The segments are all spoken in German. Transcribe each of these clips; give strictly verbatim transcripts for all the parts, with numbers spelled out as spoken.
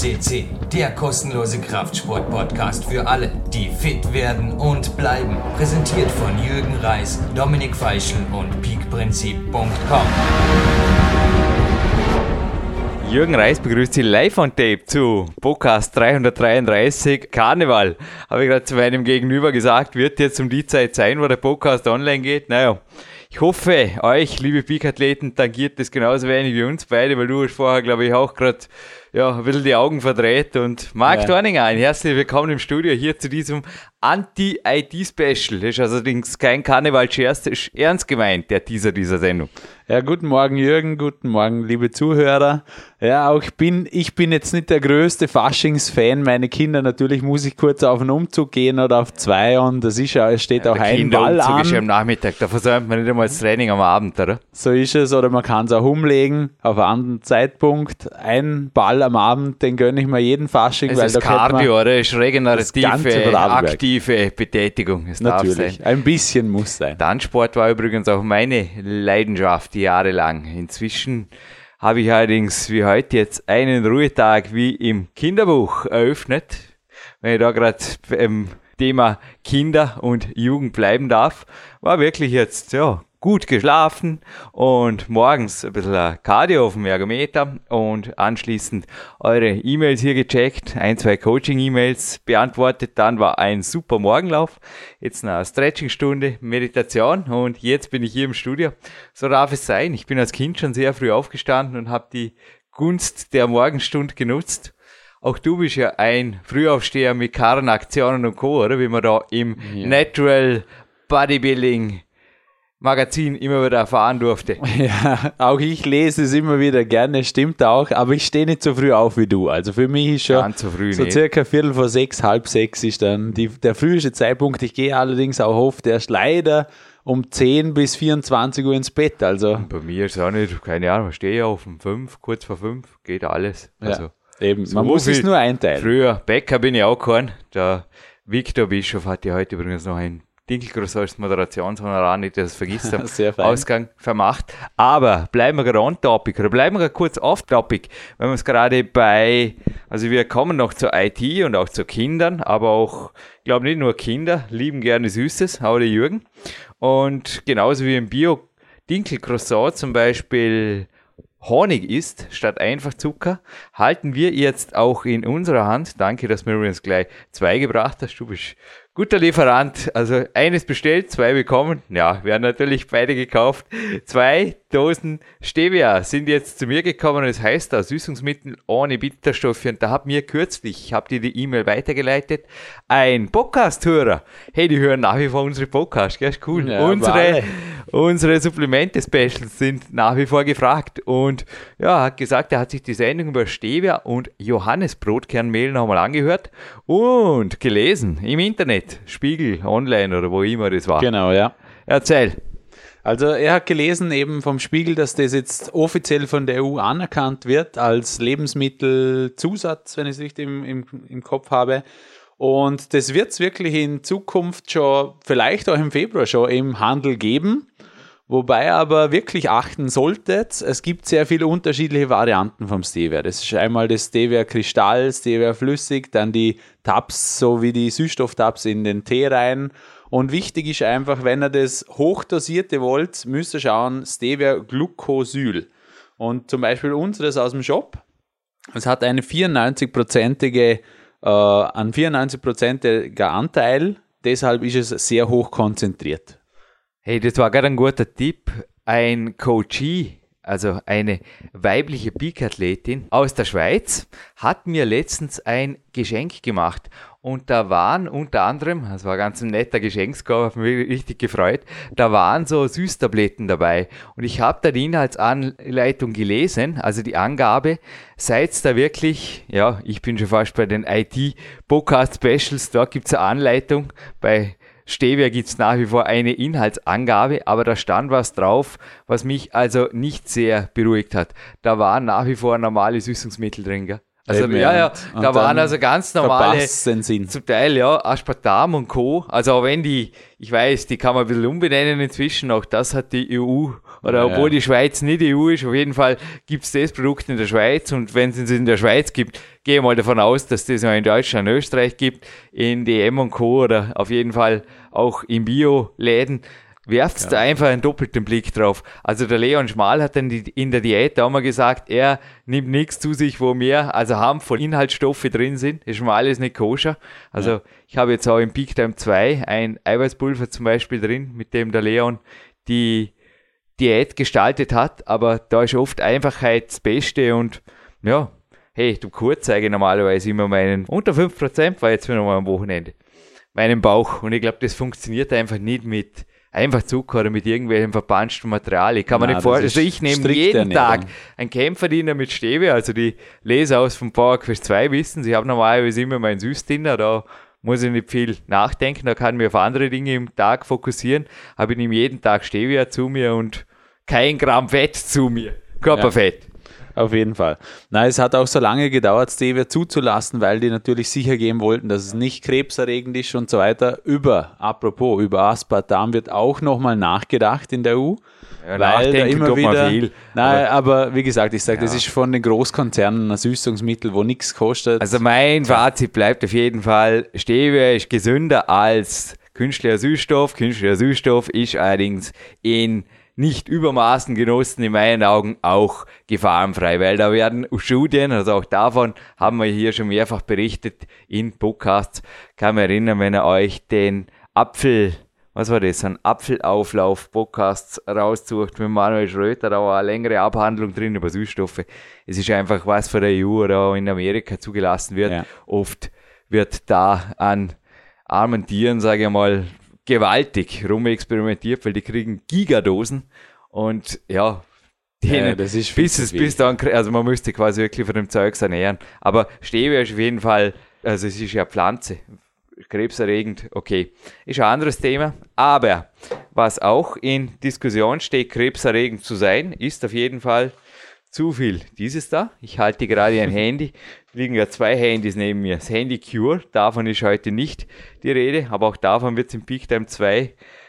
C C, der kostenlose Kraftsport-Podcast für alle, die fit werden und bleiben. Präsentiert von Jürgen Reis, Dominik Feischl und peakprinzip punkt com. Jürgen Reis begrüßt Sie live on tape zu Podcast dreihundertdreiunddreißig. Karneval, habe ich gerade zu meinem Gegenüber gesagt, wird jetzt um die Zeit sein, wo der Podcast online geht. Naja, ich hoffe, euch, liebe Peak-Athleten, tangiert das genauso wenig wie uns beide, weil du hast vorher, glaube ich, auch gerade ja, ein bisschen die Augen verdreht. Und Marc ja. Dorninger, ein herzlich willkommen im Studio hier zu diesem Anti-I T-Special. Das ist allerdings kein Karneval-Scherz, das ist ernst gemeint, der Teaser dieser Sendung. Ja, guten Morgen Jürgen, guten Morgen liebe Zuhörer. Ja, auch ich bin, ich bin jetzt nicht der größte Faschings-Fan. Meine Kinder, natürlich muss ich kurz auf einen Umzug gehen oder auf zwei und das ist ja, es steht ja, auch ein Ball an. Ist ja am Nachmittag, da versäumt man nicht einmal das Training am Abend, oder? So ist es, oder man kann es auch umlegen auf einen anderen Zeitpunkt. Ein Ball am Abend, den gönne ich mir jeden Fasching. Es weil ist da Cardio, oder? Es ist regenerative, aktive Betätigung. Es natürlich, darf sein. Ein bisschen muss sein. Tanzsport war übrigens auch meine Leidenschaft jahrelang. Inzwischen habe ich allerdings wie heute jetzt einen Ruhetag wie im Kinderbuch eröffnet. Wenn ich da gerade beim Thema Kinder und Jugend bleiben darf, war wirklich jetzt, ja, gut geschlafen und morgens ein bisschen Cardio auf dem Ergometer und anschließend eure E-Mails hier gecheckt, ein, zwei Coaching-E-Mails beantwortet, dann war ein super Morgenlauf, jetzt eine Stretching-Stunde, Meditation und jetzt bin ich hier im Studio. So darf es sein, ich bin als Kind schon sehr früh aufgestanden und habe die Gunst der Morgenstund genutzt. Auch du bist ja ein Frühaufsteher mit Karrenaktionen und Co., oder? Wie man da im ja. Natural Bodybuilding Magazin immer wieder erfahren durfte. Ja, auch ich lese es immer wieder gerne, stimmt auch, aber ich stehe nicht so früh auf wie du. Also für mich ist schon so, früh so nicht. circa Viertel vor sechs, halb sechs ist dann die, der früheste Zeitpunkt. Ich gehe allerdings auch oft erst leider um zehn bis vierundzwanzig Uhr ins Bett. Also bei mir ist es auch nicht, keine Ahnung, ich stehe auf um fünf, kurz vor fünf, geht alles. Also ja, eben, so man muss es nur einteilen. Früher, Bäcker bin ich auch geworden, der Victor Bischof hat ja heute übrigens noch ein Dinkelgroß als Moderationshonorar, nicht, dass es vergisst haben, Ausgang vermacht. Aber bleiben wir gerade on topic, oder bleiben wir gerade kurz off topic, wenn wir es gerade bei, also wir kommen noch zur I T und auch zu Kindern, aber auch, ich glaube nicht nur Kinder, lieben gerne Süßes, auch der Jürgen. Und genauso wie im Bio-Dinkelcroissant zum Beispiel Honig ist, statt einfach Zucker, halten wir jetzt auch in unserer Hand, danke, dass du mir übrigens gleich zwei gebracht hast, du bist guter Lieferant, also eines bestellt, zwei bekommen, ja, werden natürlich beide gekauft. Zwei Dosen Stevia sind jetzt zu mir gekommen und es heißt da Süßungsmittel ohne Bitterstoffe und da hat mir kürzlich, ich habe dir die E-Mail weitergeleitet, ein Podcast-Hörer, hey, die hören nach wie vor unsere Podcasts, gell, ist cool. Ja, unsere, unsere Supplemente-Specials sind nach wie vor gefragt und ja, hat gesagt, er hat sich die Sendung über Stevia und Johannesbrotkernmehl nochmal angehört und gelesen im Internet. Spiegel, online oder wo immer das war. Genau, ja. Erzähl. Also er hat gelesen eben vom Spiegel, dass das jetzt offiziell von der E U anerkannt wird als Lebensmittelzusatz, wenn ich es richtig im, im, im Kopf habe. Und das wird es wirklich in Zukunft schon, vielleicht auch im Februar schon im Handel geben. Wobei aber wirklich achten solltet, es gibt sehr viele unterschiedliche Varianten vom Stevia. Das ist einmal das Stevia Kristall, Stevia flüssig, dann die Tabs, so wie die Süßstofftabs in den Tee rein. Und wichtig ist einfach, wenn ihr das hochdosierte wollt, müsst ihr schauen, Stevia Glucosyl. Und zum Beispiel unseres aus dem Shop, es hat eine vierundneunzig-prozentige, äh, einen vierundneunzig-prozentiger Anteil, deshalb ist es sehr hoch konzentriert. Hey, das war gerade ein guter Tipp. Ein Coachie, also eine weibliche Peak-Athletin aus der Schweiz, hat mir letztens ein Geschenk gemacht. Und da waren unter anderem, das war ganz ein netter Geschenkskorb, hat mich richtig gefreut, da waren so Süßtabletten dabei. Und ich habe da die Inhaltsanleitung gelesen, also die Angabe, seid da wirklich, ja, ich bin schon fast bei den I T-Podcast-Specials, da gibt es eine Anleitung, bei Stevia gibt es nach wie vor eine Inhaltsangabe, aber da stand was drauf, was mich also nicht sehr beruhigt hat. Da waren nach wie vor normale Süßungsmittel drin, gell? Also Eben, ja, ja, und da waren also ganz normale, Sinn. zum Teil ja, Aspartam und Co. Also auch wenn die, ich weiß, die kann man ein bisschen umbenennen inzwischen, auch das hat die E U, oder ja, obwohl ja. die Schweiz nicht E U ist, auf jeden Fall gibt es das Produkt in der Schweiz und wenn es es in der Schweiz gibt, gehe ich mal davon aus, dass das auch in Deutschland und Österreich gibt, in D M und Co. oder auf jeden Fall auch in Bio-Läden. Werft ja. da einfach einen doppelten Blick drauf. Also der Leon Schmal hat dann die, in der Diät auch mal gesagt, er nimmt nichts zu sich, wo mehr, also harmvoll Inhaltsstoffe drin sind. Das Schmal ist nicht koscher. Also ja. ich habe jetzt auch im Peak Time zwei ein Eiweißpulver zum Beispiel drin, mit dem der Leon die Diät gestaltet hat. Aber da ist oft Einfachheit das Beste und ja, hey, du kurz zeige normalerweise immer meinen, unter fünf Prozent war jetzt wieder mal am Wochenende, meinen Bauch. Und ich glaube, das funktioniert einfach nicht mit einfach Zucker oder mit irgendwelchem verpanschten Material. Ich kann mir nicht vorstellen, also ich nehme jeden Tag einen Kämpferdiener mit Stevia, also die Leser aus vom PowerQuest zwei wissen, ich habe normalerweise immer meinen Süßdiener, da muss ich nicht viel nachdenken, da kann ich mich auf andere Dinge im Tag fokussieren, aber ich nehme jeden Tag Stevia zu mir und kein Gramm Fett zu mir, Körperfett. Ja. Auf jeden Fall. Na, es hat auch so lange gedauert, Stevia zuzulassen, weil die natürlich sicher gehen wollten, dass es nicht krebserregend ist und so weiter. Über, apropos, über Aspartam wird auch nochmal nachgedacht in der E U. Ja, weil da immer wieder, viel. Nein, aber, aber wie gesagt, ich sage, ja. das ist von den Großkonzernen ein Süßungsmittel, wo nichts kostet. Also mein Fazit bleibt auf jeden Fall, Stevia ist gesünder als künstlicher Süßstoff. Künstlicher Süßstoff ist allerdings in nicht übermaßen genossen, in meinen Augen auch gefahrenfrei, weil da werden Studien, also auch davon haben wir hier schon mehrfach berichtet in Podcasts. Kann mich erinnern, wenn ihr euch den Apfel, was war das, ein Apfelauflauf-Podcast raussucht mit Manuel Schröter, da war eine längere Abhandlung drin über Süßstoffe. Es ist einfach, was von der E U oder auch in Amerika zugelassen wird. Ja. Oft wird da an armen Tieren, sage ich mal, gewaltig rumexperimentiert, weil die kriegen Gigadosen und ja, denen, ja das ist bis es bis dann, also man müsste quasi wirklich von dem Zeugs ernähren. Aber Stevia ist auf jeden Fall, also es ist ja Pflanze, krebserregend, okay, ist ein anderes Thema. Aber was auch in Diskussion steht, krebserregend zu sein, ist auf jeden Fall zu viel. Dieses da, ich halte gerade ein Handy, liegen ja zwei Handys neben mir. Das Handy Cure, davon ist heute nicht die Rede, aber auch davon wird es im Peak Time zwei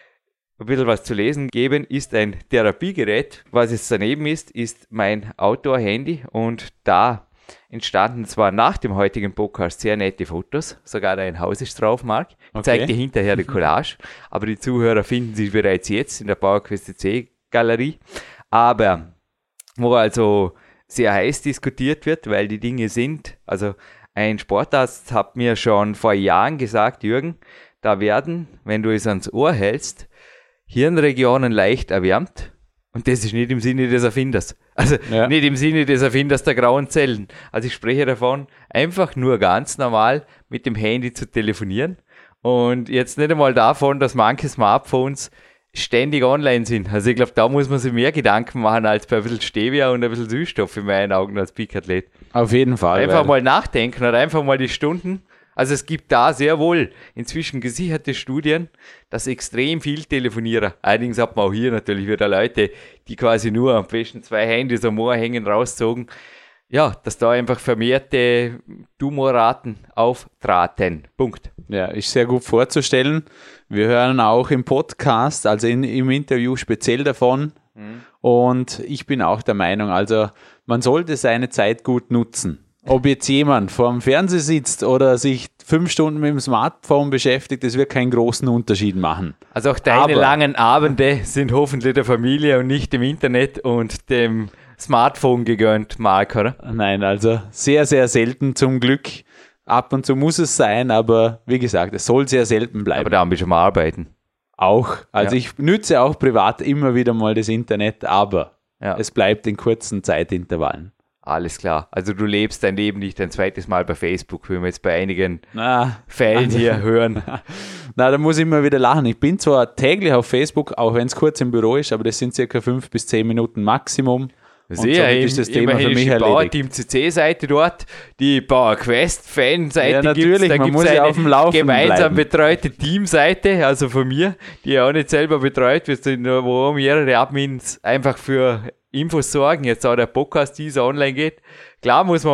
ein bisschen was zu lesen geben, ist ein Therapiegerät. Was jetzt daneben ist, ist mein Outdoor-Handy und da entstanden zwar nach dem heutigen Podcast sehr nette Fotos, sogar ein Haus ist drauf, Marc. Ich okay. zeige dir hinterher die Collage, aber die Zuhörer finden sie bereits jetzt in der PowerQuest C Galerie. Aber wo also sehr heiß diskutiert wird, weil die Dinge sind, also ein Sportarzt hat mir schon vor Jahren gesagt, Jürgen, da werden, wenn du es ans Ohr hältst, Hirnregionen leicht erwärmt und das ist nicht im Sinne des Erfinders. Also ja. nicht im Sinne des Erfinders der grauen Zellen. Also ich spreche davon, einfach nur ganz normal mit dem Handy zu telefonieren und jetzt nicht einmal davon, dass manche Smartphones ständig online sind. Also ich glaube, da muss man sich mehr Gedanken machen als bei ein bisschen Stevia und ein bisschen Süßstoff in meinen Augen als Peak-Athlet. Auf jeden Fall. Einfach mal nachdenken oder einfach mal die Stunden. Also es gibt da sehr wohl inzwischen gesicherte Studien, dass extrem viel Telefonierer, allerdings hat man auch hier natürlich wieder Leute, die quasi nur am besten zwei Handys am Ohr hängen, rauszogen, ja, dass da einfach vermehrte Tumorraten auftraten. Punkt. Ja, ist sehr gut vorzustellen. Wir hören auch im Podcast, also in, im Interview speziell davon. Mhm. Und ich bin auch der Meinung, also man sollte seine Zeit gut nutzen. Ob jetzt jemand vor dem Fernseher sitzt oder sich fünf Stunden mit dem Smartphone beschäftigt, das wird keinen großen Unterschied machen. Also auch deine Aber, langen Abende sind hoffentlich der Familie und nicht dem Internet und dem Smartphone gegönnt, Marc, oder? Nein, also sehr, sehr selten zum Glück. Ab und zu muss es sein, aber wie gesagt, es soll sehr selten bleiben. Aber da bist du am Arbeiten. Auch. Also ja. ich nütze auch privat immer wieder mal das Internet, aber ja. es bleibt in kurzen Zeitintervallen. Alles klar. Also du lebst dein Leben nicht ein zweites Mal bei Facebook, wie wir jetzt bei einigen Na, Fällen also, hier hören. Na, da muss ich immer wieder lachen. Ich bin zwar täglich auf Facebook, auch wenn es kurz im Büro ist, aber das sind circa fünf bis zehn Minuten Maximum. Sehr, und ist das Thema für mich erledigt. Die Team C C-Seite dort, die PowerQuest-Fan-Seite ja, natürlich, gibt's. Da man gibt es eine auf dem Laufen gemeinsam bleiben. betreute Teamseite, also von mir, die ja auch nicht selber betreut wird, wo mehrere Admins einfach für Infos sorgen. Jetzt auch der Podcast, dieser online geht. Klar muss man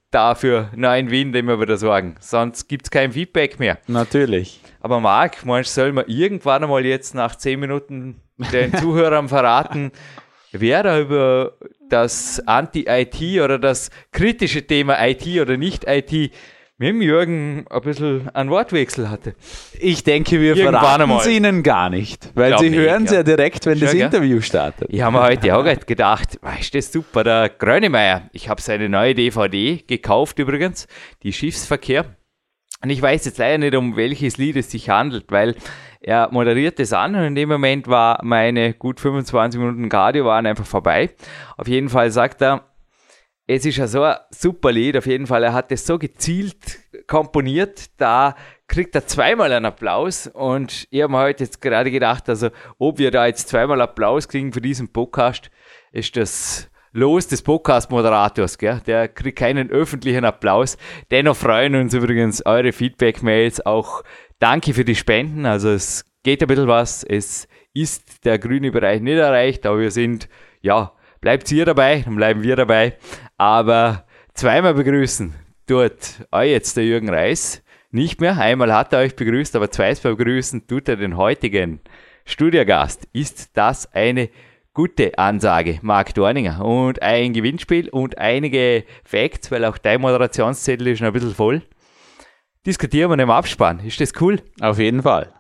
dafür neuen Wind immer wieder sorgen. Sonst gibt es kein Feedback mehr. Natürlich. Aber Marc, meinst du, soll man irgendwann einmal jetzt nach zehn Minuten den Zuhörern verraten, wer da über das Anti-I T oder das kritische Thema I T oder Nicht-I T mit dem Jürgen ein bisschen einen Wortwechsel hatte? Ich denke, wir Irgendwann verraten einmal. es Ihnen gar nicht, weil Glaub Sie nicht, hören es ja. ja direkt, wenn Schon, das gell? Interview startet. Ich habe mir heute auch gerade gedacht, ist das super, der Grönemeyer, ich habe seine neue D V D gekauft übrigens, die Schiffsverkehr. Und ich weiß jetzt leider nicht, um welches Lied es sich handelt, weil er moderiert es an und in dem Moment war meine gut fünfundzwanzig Minuten Cardio waren einfach vorbei. Auf jeden Fall sagt er, es ist ja so ein super Lied, auf jeden Fall, er hat es so gezielt komponiert, da kriegt er zweimal einen Applaus und ich habe mir heute jetzt gerade gedacht, also ob wir da jetzt zweimal Applaus kriegen für diesen Podcast, ist das Los des Podcast-Moderators, gell? Der kriegt keinen öffentlichen Applaus. Dennoch freuen uns übrigens eure Feedback-Mails, auch danke für die Spenden, also es geht ein bisschen was, es ist der grüne Bereich nicht erreicht, aber wir sind, ja, bleibt ihr dabei, dann bleiben wir dabei. Aber zweimal begrüßen tut euch jetzt der Jürgen Reis nicht mehr. Einmal hat er euch begrüßt, aber zweimal begrüßen tut er den heutigen Studiogast. Ist das eine gute Ansage, Marc Dorninger? Und ein Gewinnspiel und einige Facts, weil auch dein Moderationszettel ist noch ein bisschen voll. Diskutieren wir im Abspann. Ist das cool? Auf jeden Fall.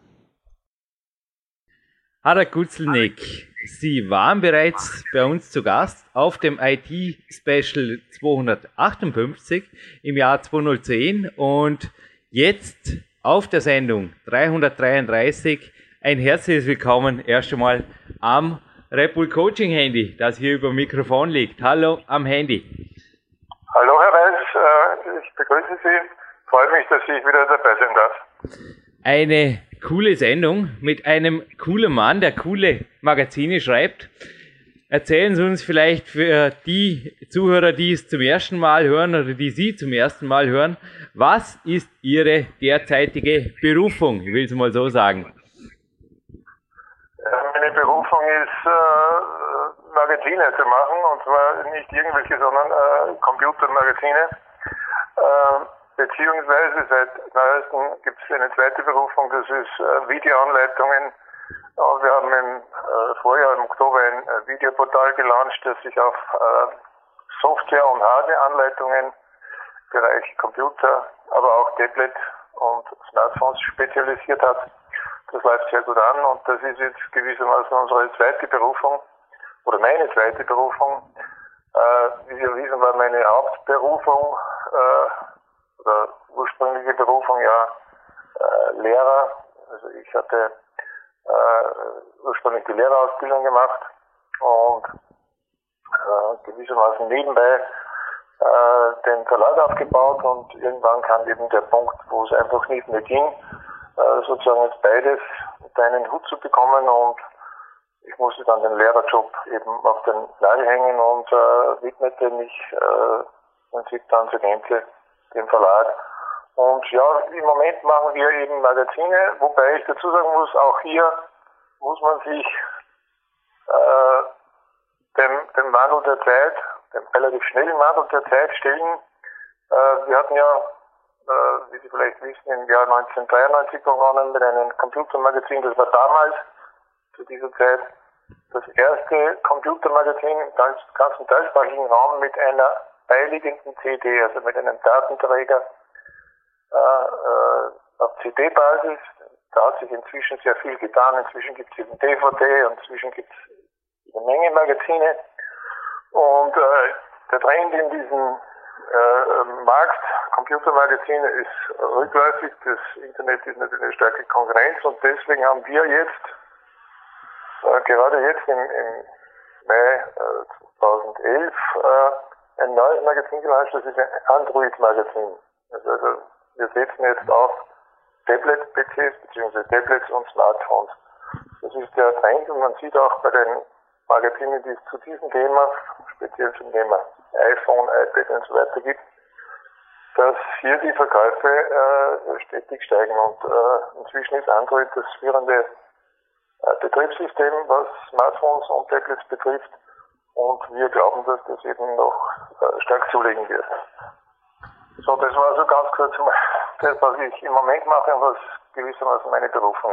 Harald Gutzelnick, Sie waren bereits bei uns zu Gast auf dem I T-Special zweihundertachtundfünfzig im Jahr zweitausendzehn und jetzt auf der Sendung dreihundertdreiunddreißig ein herzliches Willkommen erst einmal am Red Bull Coaching Handy, das hier über dem Mikrofon liegt. Hallo am Handy. Hallo Herr Reis, ich begrüße Sie. Freue mich, dass ich wieder dabei sein darf. Eine coole Sendung mit einem coolen Mann, der coole Magazine schreibt. Erzählen Sie uns vielleicht für die Zuhörer, die es zum ersten Mal hören oder die Sie zum ersten Mal hören, was ist Ihre derzeitige Berufung? Ich will es mal so sagen. Meine Berufung ist, äh, Magazine zu machen, und zwar nicht irgendwelche, sondern äh, Computermagazine. Äh, beziehungsweise seit neuestem gibt es eine zweite Berufung, das ist äh, Videoanleitungen. Und wir haben im äh, Vorjahr, im Oktober, ein äh, Videoportal gelauncht, das sich auf äh, Software- und Hardware-Anleitungen im Bereich Computer, aber auch Tablet und Smartphones spezialisiert hat. Das läuft sehr gut an und das ist jetzt gewissermaßen unsere zweite Berufung oder meine zweite Berufung. Äh, wie Sie wissen, war meine Hauptberufung äh, oder ursprüngliche Berufung ja äh, Lehrer. Also ich hatte äh, ursprünglich die Lehrerausbildung gemacht und äh, gewissermaßen nebenbei äh, den Verlag aufgebaut und irgendwann kam eben der Punkt, wo es einfach nicht mehr ging, sozusagen jetzt beides unter einen Hut zu bekommen, und ich musste dann den Lehrerjob eben auf den Nagel hängen und äh, widmete mich äh, im Prinzip dann zur Gänze dem Verlag. Und ja, im Moment machen wir eben Magazine, wobei ich dazu sagen muss, auch hier muss man sich äh, dem, dem Wandel der Zeit, dem relativ schnellen Wandel der Zeit stellen. Äh, wir hatten ja, wie Sie vielleicht wissen, im Jahr neunzehnhundertdreiundneunzig begonnen mit einem Computermagazin. Das war damals zu dieser Zeit das erste Computermagazin im ganzen deutschsprachigen Raum mit einer beiliegenden C D, also mit einem Datenträger äh, äh, auf C D-Basis. Da hat sich inzwischen sehr viel getan. Inzwischen gibt es eben D V D und inzwischen gibt es eine Menge Magazine. Und äh, der Trend in diesem äh, Markt Computermagazine ist rückläufig, das Internet ist natürlich eine starke Konkurrenz, und deswegen haben wir jetzt, äh, gerade jetzt im, im Mai äh, zweitausendelf, äh, ein neues Magazin gelauncht, das ist ein Android-Magazin. Also, also wir setzen jetzt auf Tablet-P Cs bzw. Tablets und Smartphones. Das ist der Trend, und man sieht auch bei den Magazinen, die es zu diesem Thema, speziell zum Thema iPhone, iPad und so weiter gibt, dass hier die Verkäufe äh, stetig steigen, und äh, inzwischen ist Android das führende äh, Betriebssystem, was Smartphones und Tablets betrifft, und wir glauben, dass das eben noch äh, stark zulegen wird. So, das war so ganz kurz mal das, was ich im Moment mache und was gewissermaßen meine Berufung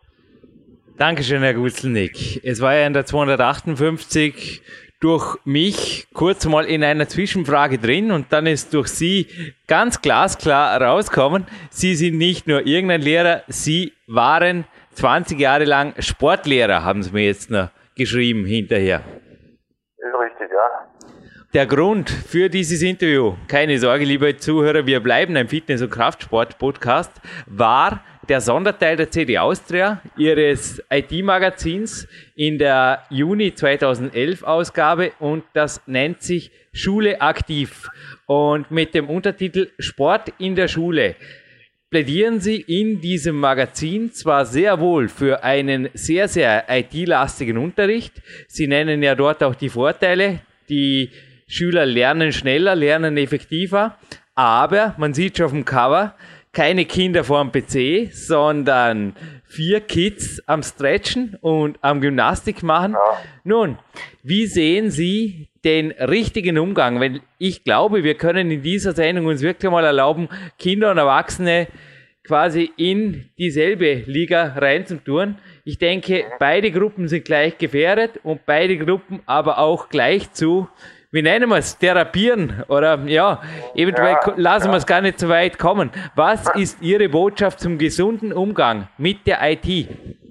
ist. Dankeschön, Herr Gutzelnick. Es war ja in der zweihundertachtundfünfzig durch mich kurz mal in einer Zwischenfrage drin und dann ist durch Sie ganz glasklar rausgekommen, Sie sind nicht nur irgendein Lehrer, Sie waren zwanzig Jahre lang Sportlehrer, haben Sie mir jetzt noch geschrieben hinterher. Ist richtig, ja. Der Grund für dieses Interview, keine Sorge, liebe Zuhörer, wir bleiben ein Fitness- und Kraftsport-Podcast, war der Sonderteil der C D Austria, ihres I T-Magazins in der Juni zweitausendelf Ausgabe und das nennt sich Schule aktiv. Und mit dem Untertitel Sport in der Schule plädieren Sie in diesem Magazin zwar sehr wohl für einen sehr, sehr I T-lastigen Unterricht. Sie nennen ja dort auch die Vorteile, die Schüler lernen schneller, lernen effektiver, aber man sieht schon auf dem Cover, keine Kinder vor dem P C, sondern vier Kids am Stretchen und am Gymnastik machen. Ja. Nun, wie sehen Sie den richtigen Umgang? Weil ich glaube, wir können in dieser Sendung uns wirklich mal erlauben, Kinder und Erwachsene quasi in dieselbe Liga reinzutun. Ich denke, beide Gruppen sind gleich gefährdet und beide Gruppen aber auch gleich zu, wie nennen wir es, therapieren oder ja, eventuell ja, lassen ja. wir es gar nicht so weit kommen. Was ist Ihre Botschaft zum gesunden Umgang mit der I T?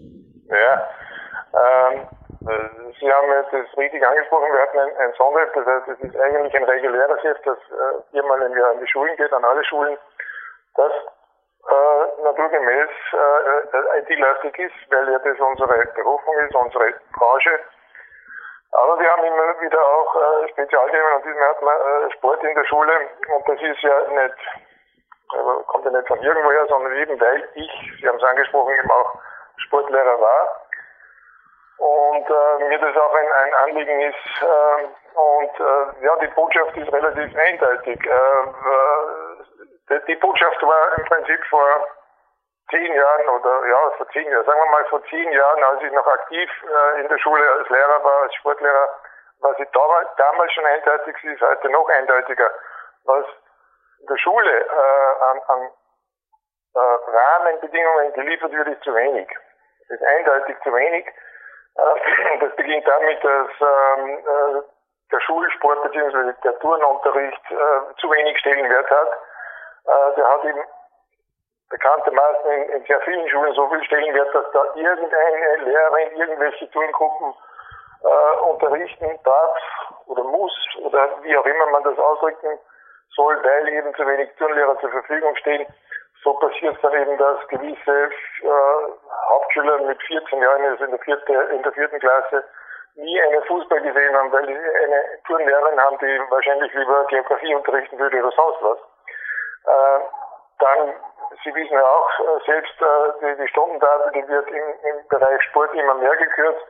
Ja, ähm, Sie haben das richtig angesprochen, wir hatten ein, ein Sonderheft, das heißt, es ist eigentlich ein reguläres Heft, das äh, viermal im Jahr an die Schulen geht, an alle Schulen, das äh, naturgemäß äh, I T-lastig ist, weil ja das unsere Berufung ist, unsere Branche. Aber wir haben immer wieder auch äh, Spezialthemen und diesmal hat man äh, Sport in der Schule und das ist ja nicht, äh, kommt ja nicht von irgendwoher, sondern eben weil ich, Sie haben es angesprochen, eben auch Sportlehrer war und äh, mir das auch ein, ein Anliegen ist äh, und äh, ja, die Botschaft ist relativ eindeutig. Äh, äh, die Botschaft war im Prinzip vor zehn Jahren oder ja, vor zehn Jahren, sagen wir mal vor zehn Jahren, als ich noch aktiv äh, in der Schule als Lehrer war, als Sportlehrer, war sie damals, damals schon eindeutig, sie ist heute noch eindeutiger. Was in der Schule äh, an, an äh, Rahmenbedingungen geliefert wird, ist zu wenig. Es ist eindeutig zu wenig. Äh, das beginnt damit, dass ähm, äh, der Schulsport bzw. der Turnunterricht äh, zu wenig Stellenwert hat. Äh, der hat eben bekanntermaßen in, in sehr vielen Schulen so viel Stellenwert, dass da irgendeine Lehrerin irgendwelche Turngruppen äh, unterrichten darf oder muss oder wie auch immer man das ausdrücken soll, weil eben zu wenig Turnlehrer zur Verfügung stehen. So passiert dann eben, dass gewisse äh, Hauptschüler mit vierzehn Jahren, also in der, vierte, in der vierten Klasse, nie einen Fußball gesehen haben, weil sie eine Turnlehrerin haben, die wahrscheinlich lieber Geografie unterrichten würde oder sonst was. Äh, dann Sie wissen ja auch äh, selbst, äh, die, die Stundentafel, die wird im, im Bereich Sport immer mehr gekürzt.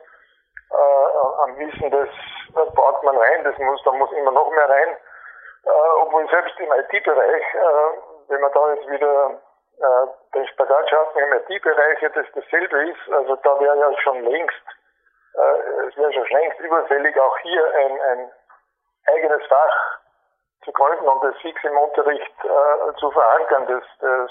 Äh, am Wissen, das äh, baut man rein, das muss, da muss immer noch mehr rein. Äh, obwohl selbst im I T-Bereich, äh, wenn man da jetzt wieder äh, den Spagat schafft, im I T-Bereich ja das dasselbe ist, also da wäre ja schon längst, äh, es wäre schon längst überfällig, auch hier ein, ein eigenes Fach zu gründen und das fix im Unterricht äh, zu verankern, das, das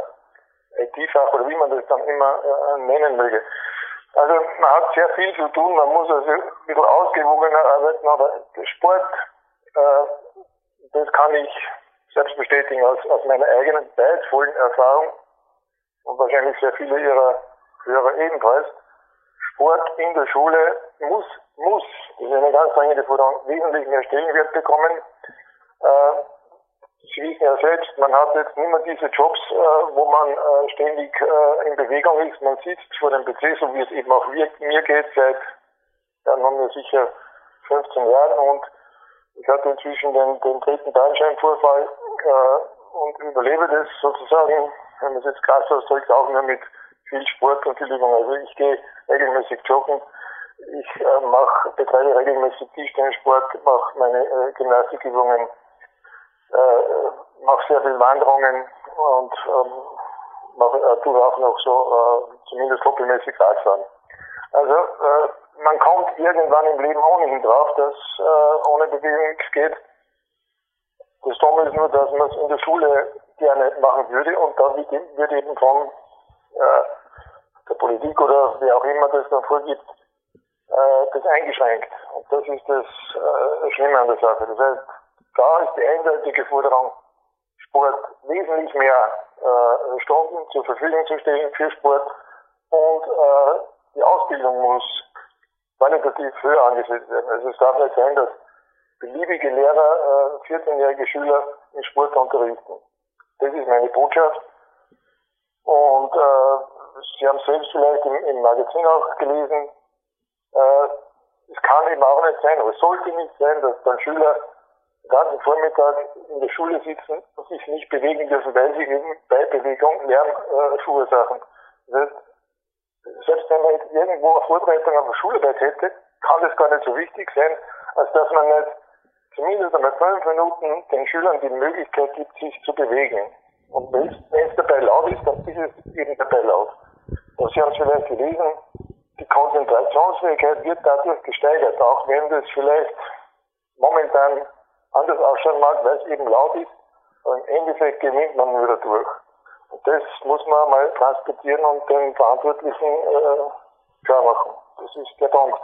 äh, I T-Fach oder wie man das dann immer äh, nennen möge. Also man hat sehr viel zu tun, man muss also ein bisschen ausgewogener arbeiten, aber der Sport, äh, das kann ich selbst bestätigen aus, aus meiner eigenen beidvollen Erfahrung und wahrscheinlich sehr viele Ihrer Hörer ebenfalls. Sport in der Schule muss, muss, das ist eine ganz dringende Forderung, wesentlich mehr Stellenwert bekommen. Äh, Sie wissen ja selbst, man hat jetzt nicht mehr diese Jobs, äh, wo man äh, ständig äh, in Bewegung ist. Man sitzt vor dem P C, so wie es eben auch mir, mir geht, seit, dann haben wir sicher fünfzehn Jahren und ich hatte inzwischen den, den dritten Bandscheibenvorfall äh, und überlebe das sozusagen, wenn man es jetzt krass ausdrückt, auch nur mit viel Sport und viel Übung. Also ich gehe regelmäßig joggen. Ich äh, mache, betreibe regelmäßig Tischtennissport, mache meine äh, Gymnastikübungen, äh, mache sehr viel Wanderungen und ähm, mache äh, tue auch noch so äh, zumindest hobbymäßig Radfahren. Also äh, man kommt irgendwann im Leben ohnehin drauf, dass äh, ohne Bewegung nichts geht. Das Dumme ist nur, dass man es in der Schule gerne machen würde und dann wird eben von äh, der Politik oder wer auch immer das dann vorgibt, äh, das eingeschränkt. Und das ist das äh, Schlimme an der Sache. Das heißt, da ist die eindeutige Forderung, Sport wesentlich mehr äh, Stunden zur Verfügung zu stellen für Sport und äh, die Ausbildung muss qualitativ höher angesetzt werden. Also es darf nicht sein, dass beliebige Lehrer äh, vierzehnjährige Schüler im Sport unterrichten. Das ist meine Botschaft. Und äh, Sie haben es selbst vielleicht im, im Magazin auch gelesen, äh, es kann eben auch nicht sein, oder es sollte nicht sein, dass dann Schüler den ganzen Vormittag in der Schule sitzen und sich nicht bewegen dürfen, weil sie eben bei Bewegung Lärm äh, verursachen. Das heißt, selbst wenn man jetzt irgendwo eine Vorbereitung auf eine Schularbeit hätte, kann das gar nicht so wichtig sein, als dass man nicht zumindest einmal fünf Minuten den Schülern die Möglichkeit gibt, sich zu bewegen. Und wenn es dabei laut ist, dann ist es eben dabei laut. Und Sie haben es vielleicht gelesen, die Konzentrationsfähigkeit wird dadurch gesteigert, auch wenn das vielleicht momentan anders ausschauen mag, weil es eben laut ist, aber im Endeffekt gewinnt man nur dadurch. Und das muss man mal transportieren und den Verantwortlichen äh, klar machen. Das ist der Punkt.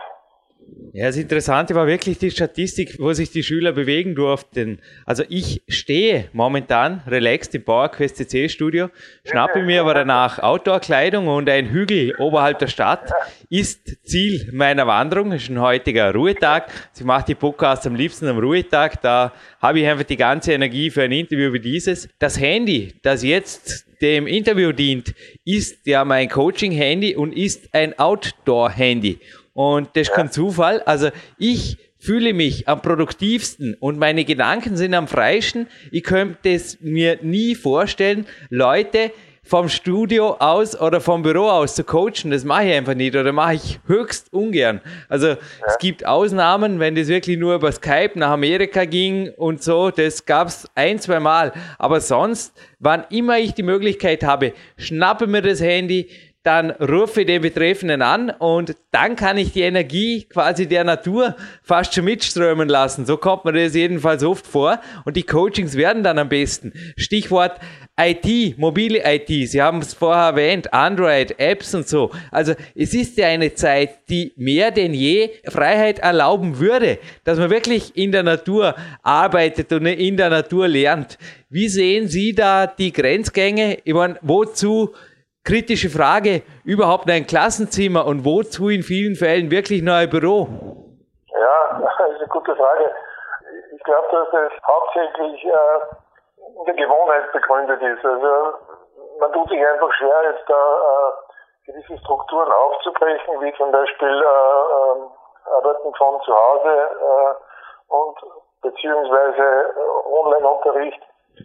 Ja, das Interessante war wirklich die Statistik, wo sich die Schüler bewegen durften. Also ich stehe momentan relaxed im PowerQuest C C Studio, schnappe mir aber danach Outdoor-Kleidung und ein Hügel oberhalb der Stadt ist Ziel meiner Wanderung. Das ist ein heutiger Ruhetag. Ich mache die Podcasts am liebsten am Ruhetag. Da habe ich einfach die ganze Energie für ein Interview wie dieses. Das Handy, das jetzt dem Interview dient, ist ja mein Coaching-Handy und ist ein Outdoor-Handy. Und das ist kein Zufall. Also ich fühle mich am produktivsten und meine Gedanken sind am freisten. Ich könnte es mir nie vorstellen, Leute vom Studio aus oder vom Büro aus zu coachen. Das mache ich einfach nicht oder mache ich höchst ungern. Also ja. Es gibt Ausnahmen, wenn das wirklich nur über Skype nach Amerika ging und so. Das gab es ein, zwei Mal. Aber sonst, wann immer ich die Möglichkeit habe, schnappe mir das Handy, dann rufe ich den Betreffenden an und dann kann ich die Energie quasi der Natur fast schon mitströmen lassen. So kommt mir das jedenfalls oft vor. Und die Coachings werden dann am besten. Stichwort I T, mobile I T. Sie haben es vorher erwähnt, Android, Apps und so. Also es ist ja eine Zeit, die mehr denn je Freiheit erlauben würde, dass man wirklich in der Natur arbeitet und in der Natur lernt. Wie sehen Sie da die Grenzgänge? Ich meine, wozu kritische Frage, überhaupt ein Klassenzimmer und wozu in vielen Fällen wirklich nur ein Büro? Ja, das ist eine gute Frage. Ich glaube, dass das hauptsächlich äh, in der Gewohnheit begründet ist. Also man tut sich einfach schwer, jetzt da äh, gewisse Strukturen aufzubrechen, wie zum Beispiel äh, äh, Arbeiten von zu Hause äh, und beziehungsweise äh, Online-Unterricht.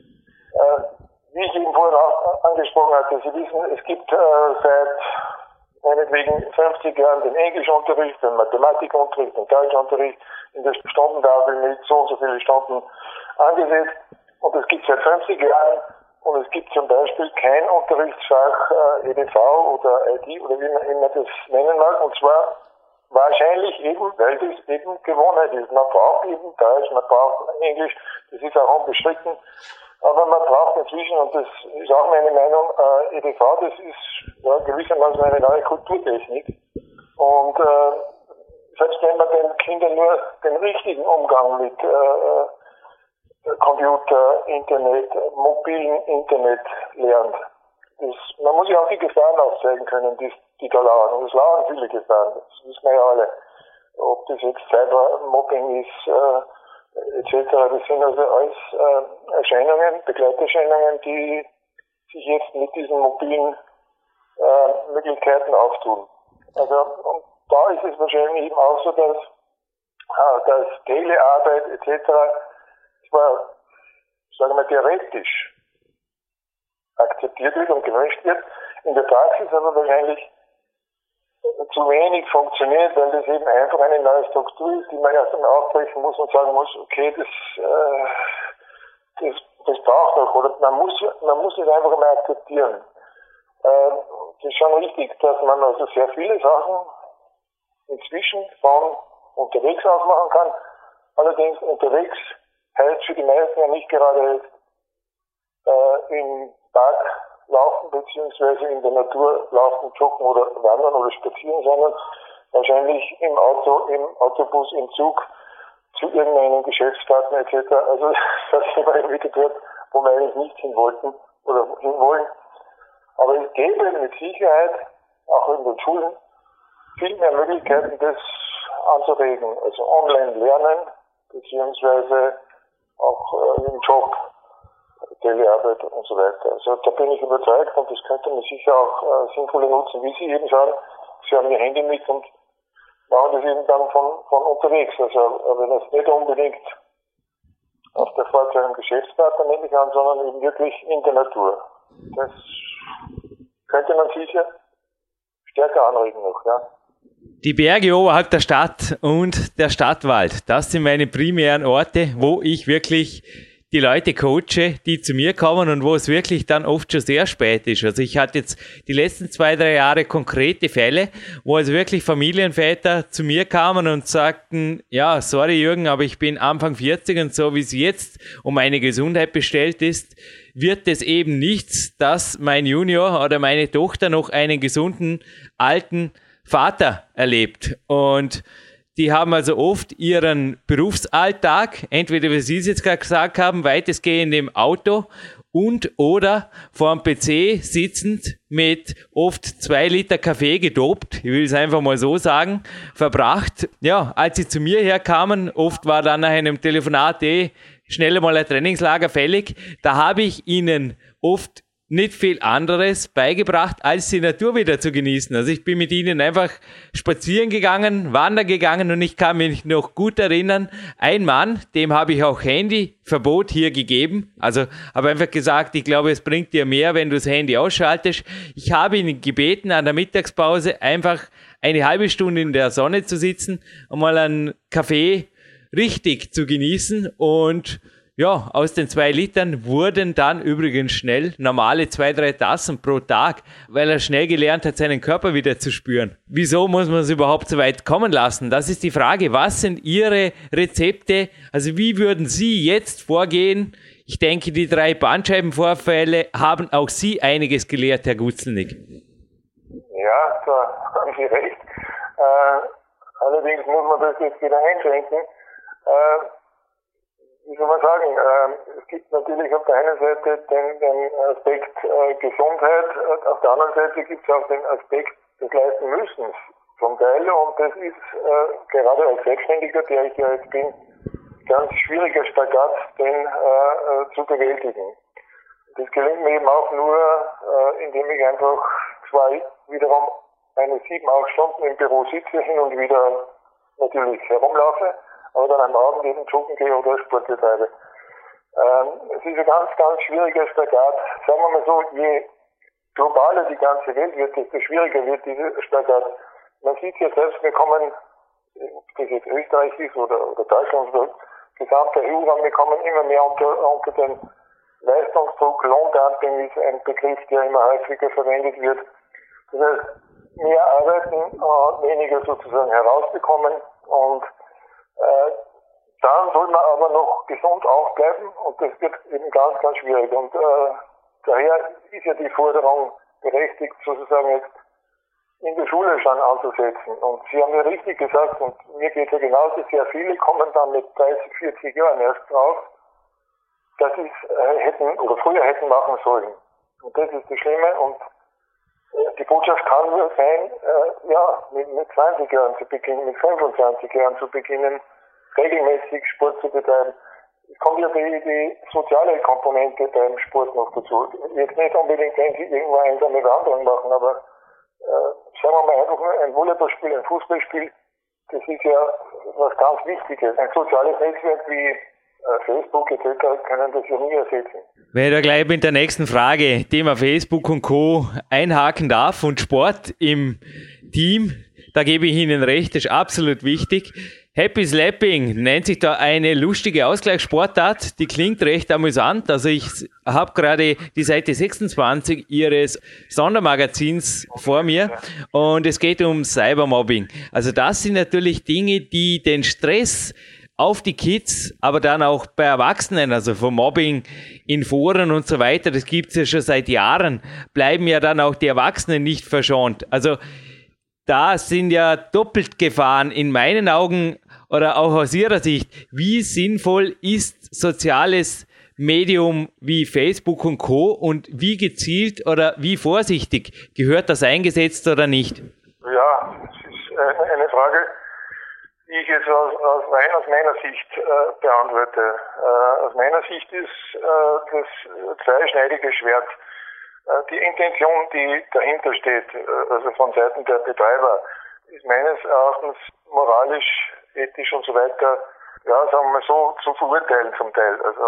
Äh, Wie ich eben vorhin auch angesprochen hatte, Sie wissen, es gibt äh, seit meinetwegen fünfzig Jahren den Englischunterricht, den Mathematikunterricht, den Deutschunterricht in der Stundentafel mit so und so viele Stunden angesetzt. Und es gibt seit fünfzig Jahren und es gibt zum Beispiel kein Unterrichtsfach äh, E D V oder I T oder wie man immer das nennen mag. Und zwar wahrscheinlich eben, weil das eben Gewohnheit ist. Man braucht eben Deutsch, man braucht Englisch, das ist auch unbestritten. Aber man braucht inzwischen, und das ist auch meine Meinung, äh, E D V, das ist ja, gewissermaßen eine neue Kulturtechnik. Und äh, selbst wenn man den Kindern nur den richtigen Umgang mit äh, Computer, Internet, mobilen Internet lernt, das, man muss ja auch die Gefahren aufzeigen können, die, die da lauern. Und es lauern viele Gefahren, das wissen wir ja alle. Ob das jetzt Cybermobbing ist, äh, et cetera. Das sind also alles äh, Erscheinungen, Begleiterscheinungen, die sich jetzt mit diesen mobilen äh, Möglichkeiten auftun. Also und da ist es wahrscheinlich eben auch so, dass, äh, dass Telearbeit et cetera zwar, sagen wir, theoretisch akzeptiert wird und gewünscht wird, in der Praxis aber wahrscheinlich zu wenig funktioniert, weil das eben einfach eine neue Struktur ist, die man erst einmal aufbrechen muss und sagen muss, okay, das, äh, das, das braucht noch, oder man muss, man muss es einfach mal akzeptieren. Äh, das ist schon richtig, dass man also sehr viele Sachen inzwischen von unterwegs aus machen kann. Allerdings unterwegs heißt für die meisten ja nicht gerade äh, im Park laufen, beziehungsweise in der Natur laufen, joggen oder wandern oder spazieren, sondern wahrscheinlich im Auto, im Autobus, im Zug, zu irgendeinem Geschäftspartner et cetera. Also das ist immer wieder dort, wo wir eigentlich nicht hin wollten oder hinwollen. Aber es gäbe mit Sicherheit, auch in den Schulen, viel mehr Möglichkeiten, das anzuregen. Also online lernen, beziehungsweise auch äh, im Job, Telearbeit und so weiter. Also da bin ich überzeugt und das könnte man sicher auch äh, sinnvoller nutzen, wie Sie eben sagen. Sie haben Ihr Handy mit und machen das eben dann von, von unterwegs. Also wenn es nicht unbedingt auf der Fahrt zu einem Geschäftspartner, nehme ich an, sondern eben wirklich in der Natur. Das könnte man sicher stärker anregen noch, ja. Die Berge oberhalb der Stadt und der Stadtwald, das sind meine primären Orte, wo ich wirklich die Leute coache, die zu mir kommen und wo es wirklich dann oft schon sehr spät ist. Also ich hatte jetzt die letzten zwei, drei Jahre konkrete Fälle, wo also wirklich Familienväter zu mir kamen und sagten, ja, sorry Jürgen, aber ich bin Anfang vierzig und so wie es jetzt um meine Gesundheit bestellt ist, wird es eben nichts, dass mein Junior oder meine Tochter noch einen gesunden, alten Vater erlebt. Und die haben also oft ihren Berufsalltag, entweder wie Sie es jetzt gerade gesagt haben, weitestgehend im Auto und oder vor dem P C sitzend mit oft zwei Liter Kaffee gedopt, ich will es einfach mal so sagen, verbracht. Ja, als sie zu mir herkamen, oft war dann nach einem Telefonat eh schnell mal ein Trainingslager fällig, da habe ich ihnen oft nicht viel anderes beigebracht, als die Natur wieder zu genießen. Also ich bin mit ihnen einfach spazieren gegangen, wandern gegangen und ich kann mich noch gut erinnern, ein Mann, dem habe ich auch Handyverbot hier gegeben. Also habe einfach gesagt, ich glaube, es bringt dir mehr, wenn du das Handy ausschaltest. Ich habe ihn gebeten, an der Mittagspause einfach eine halbe Stunde in der Sonne zu sitzen und mal einen Kaffee richtig zu genießen und ja, aus den zwei Litern wurden dann übrigens schnell normale zwei, drei Tassen pro Tag, weil er schnell gelernt hat, seinen Körper wieder zu spüren. Wieso muss man es überhaupt so weit kommen lassen? Das ist die Frage. Was sind Ihre Rezepte? Also wie würden Sie jetzt vorgehen? Ich denke, die drei Bandscheibenvorfälle haben auch Sie einiges gelehrt, Herr Gutzelnig. Ja, da haben Sie recht. Äh, allerdings muss man das jetzt wieder einschränken. Äh, Wie soll man sagen, äh, es gibt natürlich auf der einen Seite den, den Aspekt äh, Gesundheit, auf der anderen Seite gibt es auch den Aspekt des leisten Müssens zum Teil und das ist äh, gerade als Selbstständiger, der ich ja jetzt bin, ganz schwieriger Spagat, den äh, zu bewältigen. Das gelingt mir eben auch nur, äh, indem ich einfach zwar wiederum eine sieben, acht Stunden im Büro sitze, hin und wieder natürlich herumlaufe, aber dann am Abend eben joggen gehe oder Sport betreibe. Ähm, es ist ein ganz, ganz schwieriger Spagat. Sagen wir mal so, je globaler die ganze Welt wird, desto schwieriger wird dieser Spagat. Man sieht ja selbst, wir kommen, ob das jetzt Österreich ist oder, oder Deutschland oder gesamter E U-Raum, wir kommen immer mehr unter, unter den Leistungsdruck. Lohndumping ist ein Begriff, der immer häufiger verwendet wird. Das heißt, mehr arbeiten, äh, weniger sozusagen herausbekommen und Äh, dann soll man aber noch gesund auch bleiben und das wird eben ganz, ganz schwierig. Und äh, daher ist ja die Forderung berechtigt, sozusagen jetzt in der Schule schon anzusetzen. Und Sie haben ja richtig gesagt, und mir geht es ja genauso, sehr viele kommen dann mit dreißig, vierzig Jahren erst drauf, dass sie es äh, hätten oder früher hätten machen sollen. Und das ist das Schlimme und die Botschaft kann nur sein, äh, ja, mit, mit zwanzig Jahren zu beginnen, mit fünfundzwanzig Jahren zu beginnen, regelmäßig Sport zu betreiben. Es kommt ja die, die soziale Komponente beim Sport noch dazu. Jetzt nicht unbedingt, wenn Sie irgendwo einsame Wanderung machen, aber äh, sagen wir mal einfach nur ein Volleyballspiel, ein Fußballspiel, das ist ja was ganz Wichtiges. Ein soziales Netzwerk wie Facebook et cetera können das ja nie ersetzen. Wenn ich da gleich mit der nächsten Frage, Thema Facebook und Co. einhaken darf und Sport im Team, da gebe ich Ihnen recht, das ist absolut wichtig. Happy Slapping nennt sich da eine lustige Ausgleichssportart, die klingt recht amüsant. Also ich habe gerade die Seite sechsundzwanzig Ihres Sondermagazins vor mir und es geht um Cybermobbing. Also das sind natürlich Dinge, die den Stress auf die Kids, aber dann auch bei Erwachsenen, also vom Mobbing in Foren und so weiter, das gibt es ja schon seit Jahren, bleiben ja dann auch die Erwachsenen nicht verschont. Also da sind ja doppelt Gefahren in meinen Augen oder auch aus Ihrer Sicht. Wie sinnvoll ist soziales Medium wie Facebook und Co. und wie gezielt oder wie vorsichtig gehört das eingesetzt oder nicht? Ja, das ist eine Frage, die ich jetzt aus, aus, rein aus meiner Sicht äh, beantworte. Äh, aus meiner Sicht ist äh, das zweischneidige Schwert. Äh, die Intention, die dahinter steht, äh, also von Seiten der Betreiber, ist meines Erachtens moralisch, ethisch und so weiter, ja, sagen wir mal so, zu verurteilen zum Teil. Also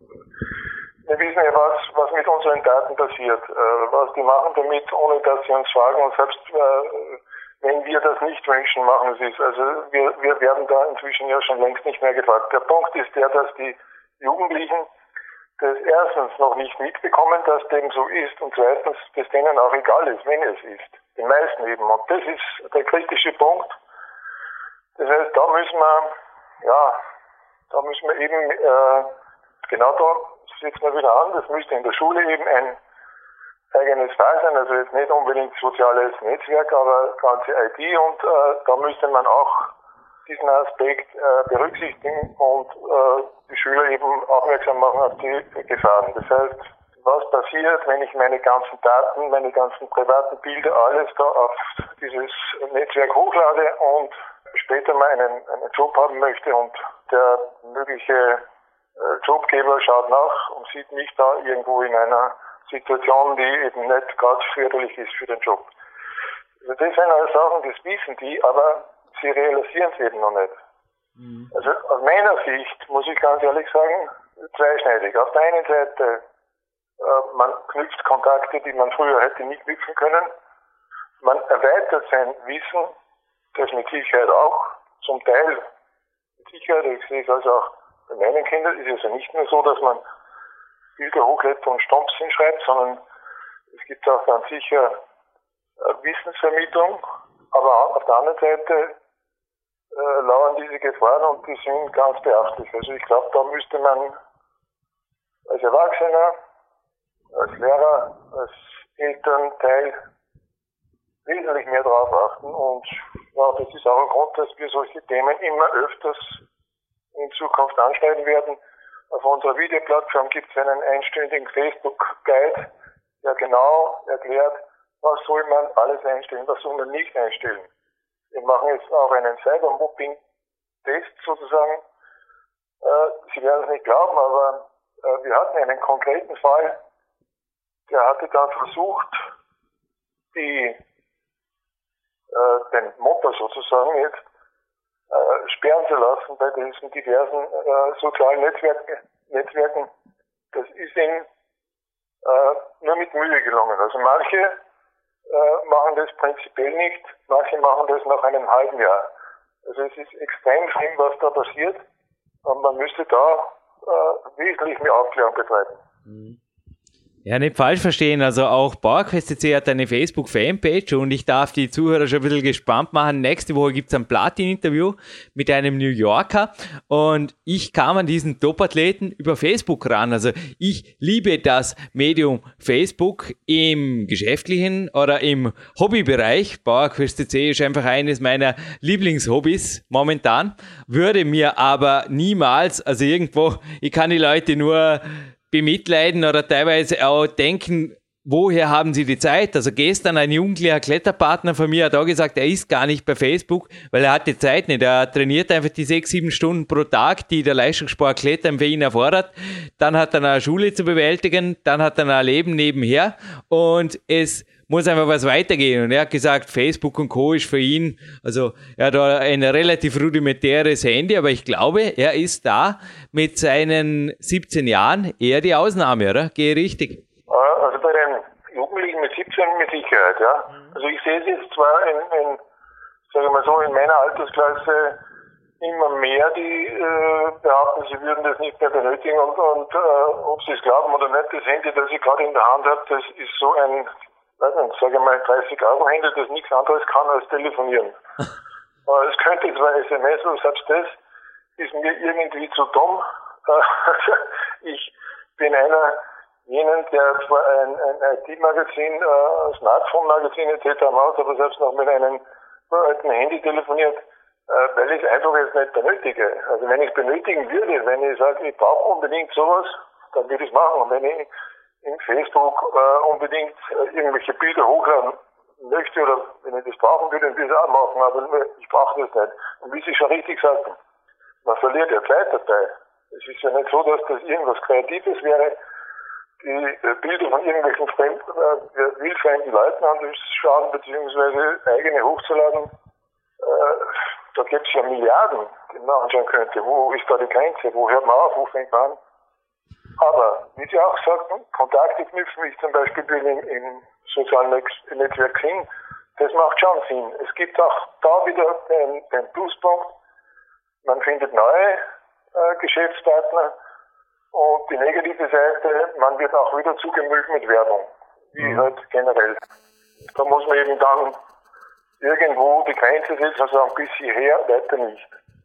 wir wissen ja, was, was mit unseren Daten passiert, äh, was die machen damit, ohne dass sie uns fragen, und selbst äh, wenn wir das nicht wünschen, machen sie es. Also wir, wir werden da inzwischen ja schon längst nicht mehr gefragt. Der Punkt ist der, dass die Jugendlichen das erstens noch nicht mitbekommen, dass dem so ist, und zweitens, dass denen auch egal ist, wenn es ist. Den meisten eben. Und das ist der kritische Punkt. Das heißt, da müssen wir, ja, da müssen wir eben, äh, genau da setzen wir wieder an, das müsste in der Schule eben ein eigenes Fall sein, also jetzt nicht unbedingt soziales Netzwerk, aber ganze I T, und äh, da müsste man auch diesen Aspekt äh, berücksichtigen und äh, die Schüler eben aufmerksam machen auf die Gefahren. Das heißt, was passiert, wenn ich meine ganzen Daten, meine ganzen privaten Bilder, alles da auf dieses Netzwerk hochlade und später mal einen, einen Job haben möchte und der mögliche äh, Jobgeber schaut nach und sieht mich da irgendwo in einer Situation, die eben nicht gerade förderlich ist für den Job. Also das sind alles Sachen, das wissen die, aber sie realisieren es eben noch nicht. Mhm. Also aus meiner Sicht, muss ich ganz ehrlich sagen, zweischneidig. Auf der einen Seite, äh, man knüpft Kontakte, die man früher hätte nicht knüpfen können. Man erweitert sein Wissen, das mit Sicherheit auch, zum Teil mit Sicherheit, ich sehe es also auch bei meinen Kindern, ist es ja nicht nur so, dass man Bilder hochlädt und Stumps hinschreibt, sondern es gibt auch ganz sicher äh, Wissensvermittlung, aber auf der anderen Seite äh, lauern diese Gefahren und die sind ganz beachtlich. Also ich glaube, da müsste man als Erwachsener, als Lehrer, als Elternteil wesentlich mehr darauf achten, und ja, das ist auch ein Grund, dass wir solche Themen immer öfters in Zukunft anschneiden werden. Auf unserer Videoplattform gibt es einen einstündigen Facebook-Guide, der genau erklärt, was soll man alles einstellen, was soll man nicht einstellen. Wir machen jetzt auch einen Cybermobbing-Test sozusagen. Äh, Sie werden es nicht glauben, aber äh, wir hatten einen konkreten Fall, der hatte dann versucht, die, äh, den Motor sozusagen jetzt äh, sperren zu lassen bei diesen diversen äh, sozialen Netzwerken. Netzwerken. Das ist ihnen äh, nur mit Mühe gelungen. Also manche äh, machen das prinzipiell nicht, manche machen das nach einem halben Jahr. Also es ist extrem schlimm, was da passiert, und man müsste da äh, wesentlich mehr Aufklärung betreiben. Mhm. Ja, nicht falsch verstehen, also auch PowerQuest C C hat eine Facebook-Fanpage, und ich darf die Zuhörer schon ein bisschen gespannt machen. Nächste Woche gibt es ein Platin-Interview mit einem New Yorker, und ich kam an diesen Top-Athleten über Facebook ran. Also ich liebe das Medium Facebook im geschäftlichen oder im Hobbybereich. PowerQuest C C ist einfach eines meiner Lieblingshobbys momentan, würde mir aber niemals, also irgendwo, ich kann die Leute nur bemitleiden oder teilweise auch denken, woher haben sie die Zeit? Also gestern ein jugendlicher Kletterpartner von mir hat auch gesagt, er ist gar nicht bei Facebook, weil er hat die Zeit nicht. Er trainiert einfach die sechs, sieben Stunden pro Tag, die der Leistungssport Klettern für ihn erfordert. Dann hat er eine Schule zu bewältigen, dann hat er ein Leben nebenher, und es muss einfach was weitergehen. Und er hat gesagt, Facebook und Co. ist für ihn, also er hat ein relativ rudimentäres Handy, aber ich glaube, er ist da mit seinen siebzehn Jahren eher die Ausnahme, oder? Gehe richtig? Also bei den Jugendlichen mit siebzehn mit Sicherheit, ja. Also ich sehe es jetzt zwar in, in sage ich mal so, in meiner Altersklasse immer mehr, die äh, behaupten, sie würden das nicht mehr benötigen, und, und äh, ob sie es glauben oder nicht, das Handy, das ich gerade in der Hand habe, das ist so ein, weiß nicht, sage ich mal, dreißig Euro Handy, das nichts anderes kann als telefonieren. äh, es könnte zwar S M S, aber selbst das ist mir irgendwie zu dumm. Ich bin einer jenen, der zwar ein, ein I T-Magazin, äh, Smartphone-Magazin et cetera macht, aber selbst noch mit einem alten Handy telefoniert, äh, weil ich es einfach jetzt nicht benötige. Also wenn ich es benötigen würde, wenn ich sage, ich brauche unbedingt sowas, dann würde ich es machen. Und wenn ich in Facebook äh, unbedingt äh, irgendwelche Bilder hochladen möchte oder wenn ich das brauchen würde, dann würde ich es auch machen, aber ich brauche das nicht. Und wie Sie schon richtig sagten, man verliert ja Zeit dabei. Es ist ja nicht so, dass das irgendwas Kreatives wäre, die äh, Bilder von irgendwelchen fremd, äh, wildfremden Leuten anzuschauen, beziehungsweise eigene hochzuladen. Äh, da gibt es ja Milliarden, die man anschauen könnte. Wo ist da die Grenze? Wo hört man auf? Wo fängt man an? Aber, wie Sie auch sagten, Kontakte knüpfen, wie ich zum Beispiel bin im, im sozialen Netzwerk Xing, das macht schon Sinn. Es gibt auch da wieder den, den Pluspunkt, man findet neue äh, Geschäftspartner und die negative Seite, man wird auch wieder zugemüllt mit Werbung, wie mhm. halt generell. Da muss man eben dann irgendwo die Grenze setzen, also ein bisschen her, weiter nicht.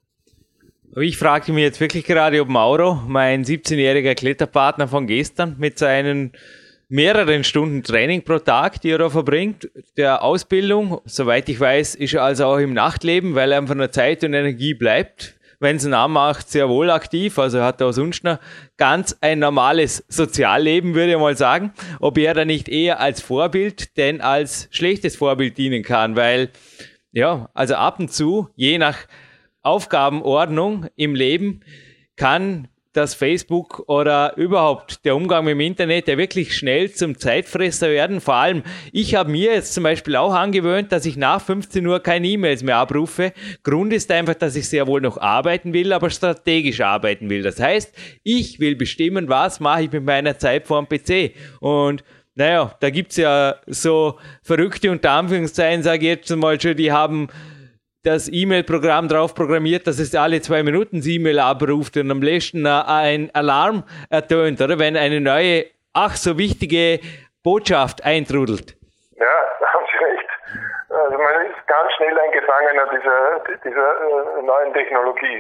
Ich fragte mich jetzt wirklich gerade, ob Mauro, mein siebzehnjähriger Kletterpartner von gestern, mit seinen mehreren Stunden Training pro Tag, die er da verbringt, der Ausbildung, soweit ich weiß, ist er also auch im Nachtleben, weil er einfach nur Zeit und Energie bleibt, wenn es ihn anmacht, sehr wohl aktiv, also er hat da sonst noch ganz ein normales Sozialleben, würde ich mal sagen, ob er da nicht eher als Vorbild, denn als schlechtes Vorbild dienen kann, weil, ja, also ab und zu, je nach Aufgabenordnung im Leben, kann das Facebook oder überhaupt der Umgang mit dem Internet ja wirklich schnell zum Zeitfresser werden. Vor allem, ich habe mir jetzt zum Beispiel auch angewöhnt, dass ich nach fünfzehn Uhr keine E-Mails mehr abrufe. Grund ist einfach, dass ich sehr wohl noch arbeiten will, aber strategisch arbeiten will. Das heißt, ich will bestimmen, was mache ich mit meiner Zeit vor dem P C. Und naja, da gibt's ja so Verrückte unter Anführungszeichen, sage ich jetzt mal schon, die haben das E-Mail-Programm drauf programmiert, dass es alle zwei Minuten das E-Mail abruft und am letzten ein Alarm ertönt, oder? Wenn eine neue, ach so wichtige Botschaft eintrudelt. Ja, da haben Sie recht. Also man ist ganz schnell ein Gefangener dieser, dieser äh, neuen Technologie.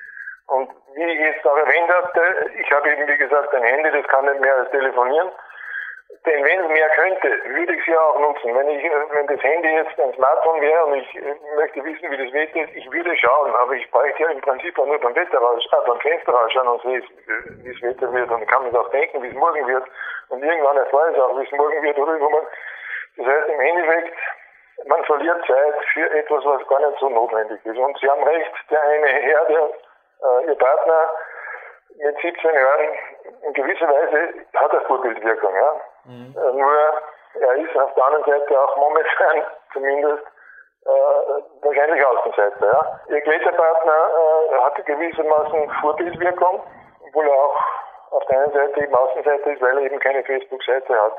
Und wie ich jetzt auch erwähnt habe, ich habe eben, wie gesagt, ein Handy, das kann nicht mehr als telefonieren. Denn wenn es mehr könnte, würde ich es ja auch nutzen. Wenn ich, wenn das Handy jetzt ein Smartphone wäre und ich möchte wissen, wie das Wetter ist, ich würde schauen, aber ich bräuchte ja im Prinzip auch nur beim Wetter raus, äh, beim Fenster rausschauen und sehe, wie das Wetter wird und kann mir auch denken, wie es morgen wird. Und irgendwann erfahre ich auch, wie es morgen wird oder übermorgen. Das heißt, im Endeffekt, man verliert Zeit für etwas, was gar nicht so notwendig ist. Und Sie haben recht, der eine Herr, der, äh, Ihr Partner, mit siebzehn Jahren in gewisser Weise hat er Vorbildwirkung, ja. Mhm. Äh, nur er ist auf der anderen Seite auch momentan zumindest äh, wahrscheinlich Außenseiter, ja. Ihr Kletterpartner äh, hat gewissermaßen Vorbildwirkung, obwohl er auch auf der einen Seite eben Außenseiter ist, weil er eben keine Facebook-Seite hat.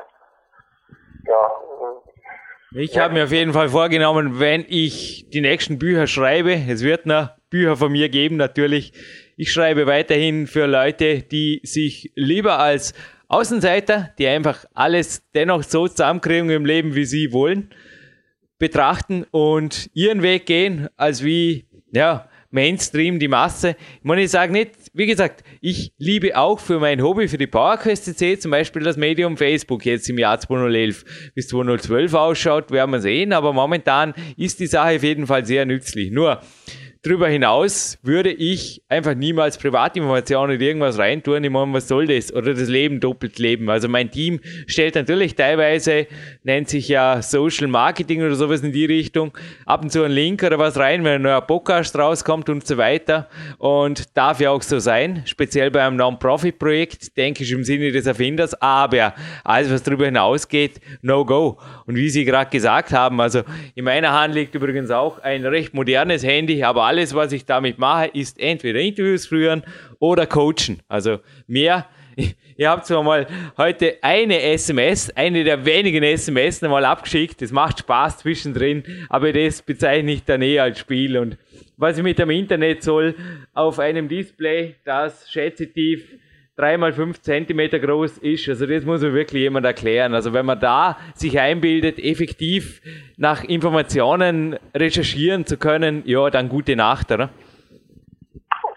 Ja. Äh, ich habe mir auf jeden Fall vorgenommen, wenn ich die nächsten Bücher schreibe, es wird noch Bücher von mir geben natürlich, ich schreibe weiterhin für Leute, die sich lieber als Außenseiter, die einfach alles dennoch so zusammenkriegen im Leben, wie sie wollen, betrachten und ihren Weg gehen, als wie, ja, Mainstream, die Masse. Ich meine, ich sage nicht, wie gesagt, ich liebe auch für mein Hobby, für die PowerQuest C C, zum Beispiel das Medium Facebook jetzt im Jahr zweitausendelf bis zweitausendzwölf ausschaut, werden wir sehen, aber momentan ist die Sache auf jeden Fall sehr nützlich. Nur, darüber hinaus würde ich einfach niemals Privatinformationen in irgendwas reintun. Ich meine, was soll das? Oder das Leben doppelt leben. Also mein Team stellt natürlich teilweise, nennt sich ja Social Marketing oder sowas in die Richtung, ab und zu einen Link oder was rein, wenn ein neuer Podcast rauskommt und so weiter. Und darf ja auch so sein, speziell bei einem Non-Profit-Projekt, denke ich im Sinne des Erfinders. Aber alles, was darüber hinausgeht, no go. Und wie Sie gerade gesagt haben, also in meiner Hand liegt übrigens auch ein recht modernes Handy, aber alles, was ich damit mache, ist entweder Interviews führen oder coachen. Also mehr. Ihr habt zwar mal heute eine S M S, eine der wenigen S M S mal abgeschickt. Das macht Spaß zwischendrin, aber das bezeichne ich dann eher als Spiel. Und was ich mit dem Internet soll, auf einem Display, das schätzitiv drei mal fünf Zentimeter groß ist, also das muss mir wirklich jemand erklären. Also wenn man da sich einbildet, effektiv nach Informationen recherchieren zu können, ja, dann gute Nacht, oder?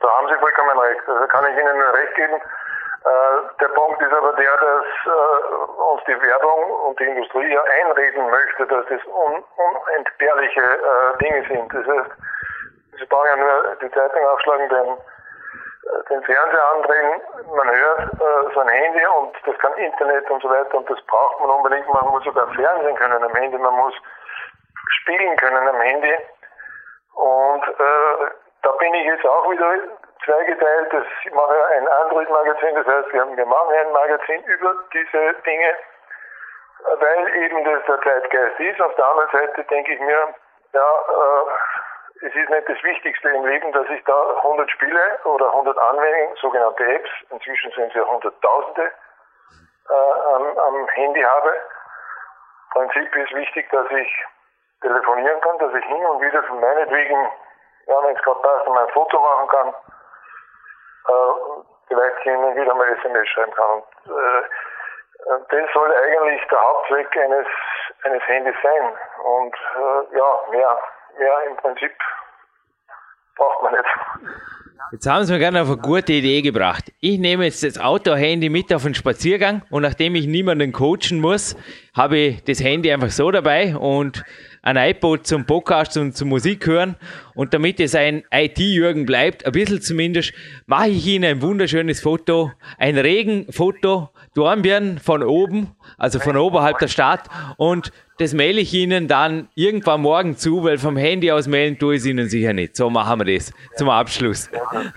da haben Sie vollkommen recht. Also kann ich Ihnen nur recht geben. Äh, der Punkt ist aber der, dass äh, uns die Werbung und die Industrie ja einreden möchte, dass das un unentbehrliche äh, Dinge sind. Das heißt, Sie brauchen ja nur die Zeitung aufschlagen, den, den Fernseher andrehen, man hört äh, so ein Handy und das kann Internet und so weiter und das braucht man unbedingt. Man muss sogar fernsehen können am Handy, man muss spielen können am Handy. Und äh, da bin ich jetzt auch wieder zweigeteilt. Das, ich mache ja ein Android-Magazin, das heißt, wir, wir machen ein Magazin über diese Dinge, weil eben das der Zeitgeist ist. Auf der anderen Seite denke ich mir, ja, äh, es ist nicht das Wichtigste im Leben, dass ich da hundert Spiele oder hundert Anwendungen, sogenannte Apps, inzwischen sind es ja Hunderttausende, äh, am, am Handy habe. Im Prinzip ist wichtig, dass ich telefonieren kann, dass ich hin und wieder von meinetwegen, ja, wenn es gerade passt, mal ein Foto machen kann, äh, vielleicht hin und wieder mal S M S schreiben kann. Und, äh, das soll eigentlich der Hauptzweck eines, eines Handys sein. Und äh, ja, mehr, mehr im Prinzip braucht man nicht. Jetzt haben Sie mir gerne auf eine gute Idee gebracht. Ich nehme jetzt das Outdoor-Handy mit auf einen Spaziergang und nachdem ich niemanden coachen muss, habe ich das Handy einfach so dabei und ein iPod zum Podcast und zum Musik hören. Und damit es ein I T-Jürgen bleibt, ein bisschen zumindest, mache ich Ihnen ein wunderschönes Foto, ein Regenfoto, Dornbirn von oben, also von oberhalb der Stadt. Und das maile ich Ihnen dann irgendwann morgen zu, weil vom Handy aus mailen tue ich es Ihnen sicher nicht. So machen wir das zum Abschluss.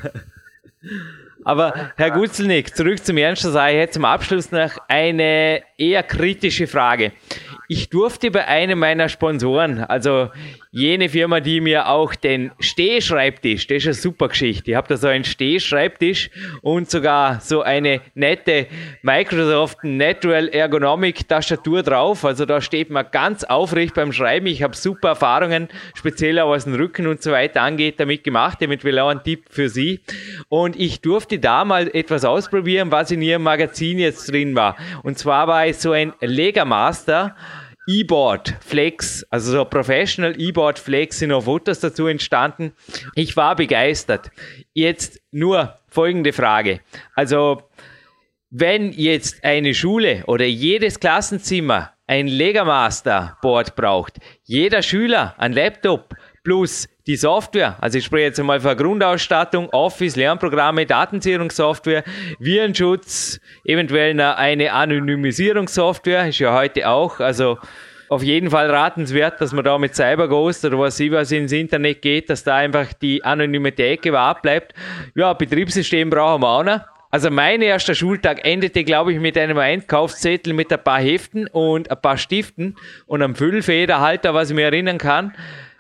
Aber Herr Gutzelnick, zurück zum Ernst der Sache. Jetzt zum Abschluss noch eine eher kritische Frage. Ich durfte bei einem meiner Sponsoren, also jene Firma, die mir auch den Stehschreibtisch, das ist eine super Geschichte. Ich habe da so einen Stehschreibtisch und sogar so eine nette Microsoft Natural Ergonomic Tastatur drauf. Also da steht man ganz aufrecht beim Schreiben. Ich habe super Erfahrungen, speziell auch was den Rücken und so weiter angeht, damit gemacht. Damit will auch ein Tipp für Sie. Und ich durfte da mal etwas ausprobieren, was in Ihrem Magazin jetzt drin war. Und zwar war es so ein Legamaster E-Board Flex, also so Professional E-Board Flex, sind noch Fotos dazu entstanden. Ich war begeistert. Jetzt nur folgende Frage. Also, wenn jetzt eine Schule oder jedes Klassenzimmer ein Legamaster Board braucht, jeder Schüler ein Laptop plus die Software, also ich spreche jetzt einmal von Grundausstattung, Office, Lernprogramme, Datensicherungssoftware, Virenschutz, eventuell eine Anonymisierungssoftware, ist ja heute auch, also auf jeden Fall ratenswert, dass man da mit CyberGhost oder was sie was ins Internet geht, dass da einfach die Anonymität gewahrt bleibt. Ja, Betriebssystem brauchen wir auch noch. Also mein erster Schultag endete, glaube ich, mit einem Einkaufszettel mit ein paar Heften und ein paar Stiften und einem Füllfederhalter, was ich mir erinnern kann.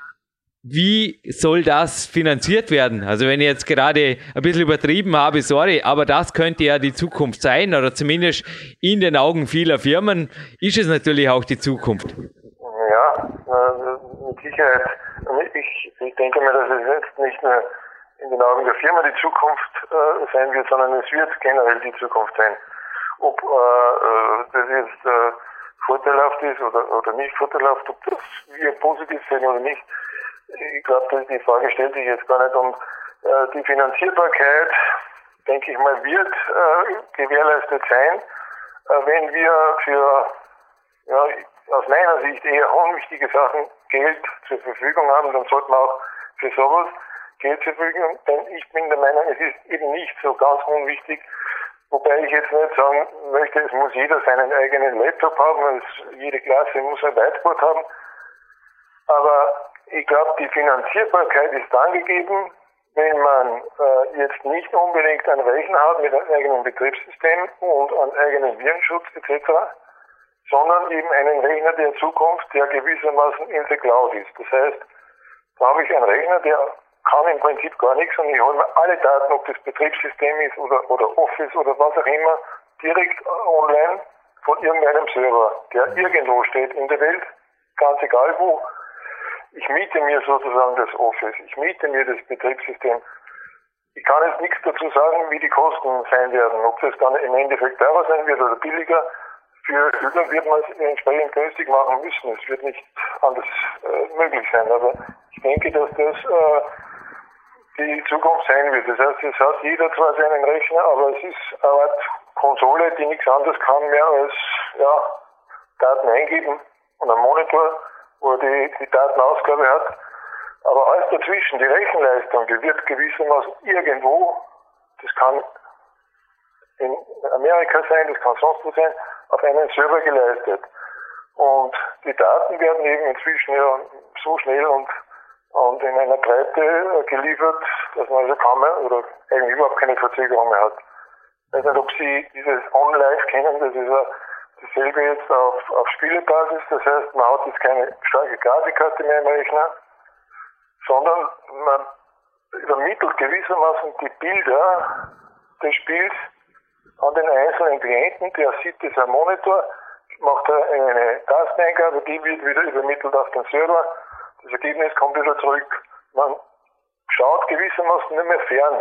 Wie soll das finanziert werden? Also wenn ich jetzt gerade ein bisschen übertrieben habe, sorry, aber das könnte ja die Zukunft sein oder zumindest in den Augen vieler Firmen ist es natürlich auch die Zukunft. Ja, mit Sicherheit. Ich, ich denke mir, dass es jetzt nicht nur in den Augen der Firma die Zukunft äh, sein wird, sondern es wird generell die Zukunft sein. Ob äh, das jetzt äh, vorteilhaft ist oder, oder nicht vorteilhaft, ob das wir positiv sehen oder nicht. Ich glaube, die Frage stellt sich jetzt gar nicht. Und äh, die Finanzierbarkeit, denke ich mal, wird äh, gewährleistet sein, äh, wenn wir für, ja, aus meiner Sicht eher unwichtige Sachen Geld zur Verfügung haben, dann sollte man auch für sowas Geld zur Verfügung. Denn ich bin der Meinung, es ist eben nicht so ganz unwichtig, wobei ich jetzt nicht sagen möchte, es muss jeder seinen eigenen Laptop haben, es, jede Klasse muss ein Whiteboard haben. Aber ich glaube, die Finanzierbarkeit ist dann gegeben, wenn man äh, jetzt nicht unbedingt einen Rechner hat mit einem eigenen Betriebssystem und einem eigenen Virenschutz et cetera, sondern eben einen Rechner der Zukunft, der gewissermaßen in der Cloud ist. Das heißt, da habe ich einen Rechner, der kann im Prinzip gar nichts und ich hole mir alle Daten, ob das Betriebssystem ist oder, oder Office oder was auch immer, direkt online von irgendeinem Server, der irgendwo steht in der Welt, ganz egal wo. Ich miete mir sozusagen das Office, ich miete mir das Betriebssystem. Ich kann jetzt nichts dazu sagen, wie die Kosten sein werden, ob das dann im Endeffekt teurer sein wird oder billiger. Für Schüler wird man es entsprechend günstig machen müssen. Es wird nicht anders äh, möglich sein. Aber ich denke, dass das äh, die Zukunft sein wird. Das heißt, es hat jeder zwar seinen Rechner, aber es ist eine Art Konsole, die nichts anderes kann mehr als ja, Daten eingeben und ein Monitor, wo er die, die Datenausgabe hat. Aber alles dazwischen, die Rechenleistung, die wird gewissermaßen irgendwo, das kann in Amerika sein, das kann sonst wo sein, auf einen Server geleistet. Und die Daten werden eben inzwischen ja so schnell und, und in einer Breite geliefert, dass man also kaum mehr oder eigentlich überhaupt keine Verzögerung mehr hat. Ich weiß nicht, ob Sie dieses OnLive kennen, das ist ja dasselbe jetzt auf, auf Spielebasis, das heißt, man hat jetzt keine starke Grafikkarte mehr im Rechner, sondern man übermittelt gewissermaßen die Bilder des Spiels an den einzelnen Klienten, der sieht das am Monitor, macht er eine Tasteneingabe, die wird wieder übermittelt auf den Server, das Ergebnis kommt wieder zurück. Man schaut gewissermaßen nicht mehr fern.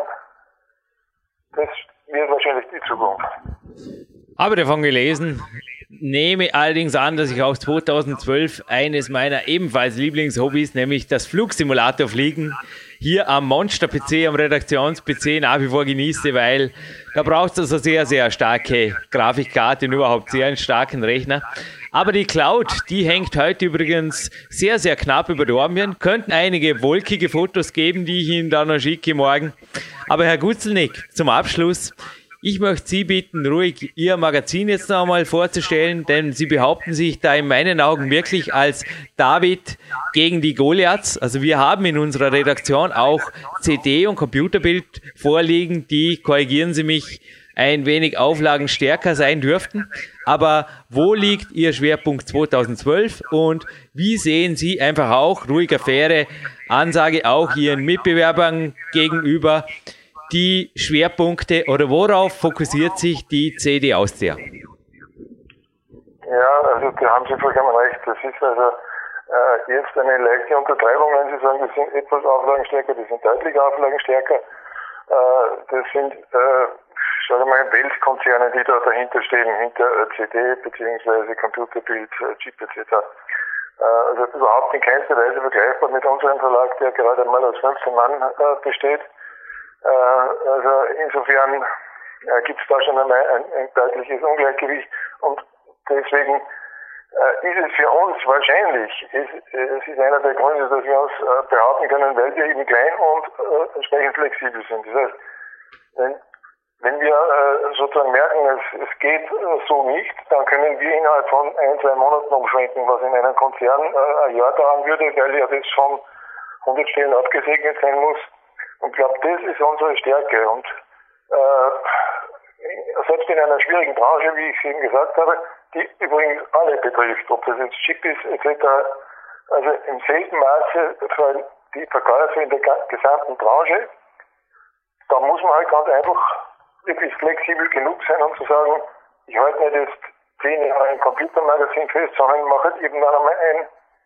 Das wird wahrscheinlich die Zukunft. Habe davon gelesen, nehme allerdings an, dass ich auch zweitausendzwölf eines meiner ebenfalls Lieblingshobbys, nämlich das Flugsimulator fliegen, hier am Monster-P C, am Redaktions-P C nach wie vor genieße, weil da braucht es also sehr, sehr starke Grafikkarte und überhaupt sehr einen starken Rechner. Aber die Cloud, die hängt heute übrigens sehr, sehr knapp über Dornbirn. Könnten einige wolkige Fotos geben, die ich Ihnen da noch schicke morgen. Aber Herr Gutzelnick, zum Abschluss, ich möchte Sie bitten, ruhig Ihr Magazin jetzt noch einmal vorzustellen, denn Sie behaupten sich da in meinen Augen wirklich als David gegen die Goliaths. Also wir haben in unserer Redaktion auch C D und Computerbild vorliegen, die, korrigieren Sie mich, ein wenig auflagenstärker sein dürften. Aber wo liegt Ihr Schwerpunkt zweitausendzwölf und wie sehen Sie einfach auch, ruhiger, faire Ansage auch Ihren Mitbewerbern gegenüber, die Schwerpunkte oder worauf fokussiert sich die C D Austria? Ja, also da haben Sie vollkommen recht. Das ist also äh, jetzt eine leichte Untertreibung, wenn Sie sagen, die sind etwas auflagenstärker, die sind deutlich auflagenstärker. Äh, das sind, äh, sagen wir mal, Weltkonzerne, die da dahinter stehen, hinter C D bzw. Computerbild, Chip et cetera. Äh, also überhaupt in keinster Weise vergleichbar mit unserem Verlag, der gerade mal aus fünfzehn Mann äh, besteht. Also insofern äh, gibt es da schon einmal ein, ein deutliches Ungleichgewicht und deswegen äh, ist es für uns wahrscheinlich, ist, es ist einer der Gründe, dass wir uns äh, behaupten können, weil wir eben klein und äh, entsprechend flexibel sind. Das heißt, wenn, wenn wir äh, sozusagen merken, es, es geht äh, so nicht, dann können wir innerhalb von ein, zwei Monaten umschwenken, was in einem Konzern äh, ein Jahr dauern würde, weil ja das schon hundert Stellen abgesegnet sein muss. Und ich glaube, das ist unsere Stärke. Und äh, selbst in einer schwierigen Branche, wie ich es eben gesagt habe, die übrigens alle betrifft, ob das jetzt Chip ist et cetera, also im selben Maße für die Verkäufe in der gesamten Branche, da muss man halt ganz einfach wirklich flexibel genug sein, um zu sagen, ich halte nicht jetzt zehn Jahre ein Computermagazin fest, sondern mache halt eben dann einmal ein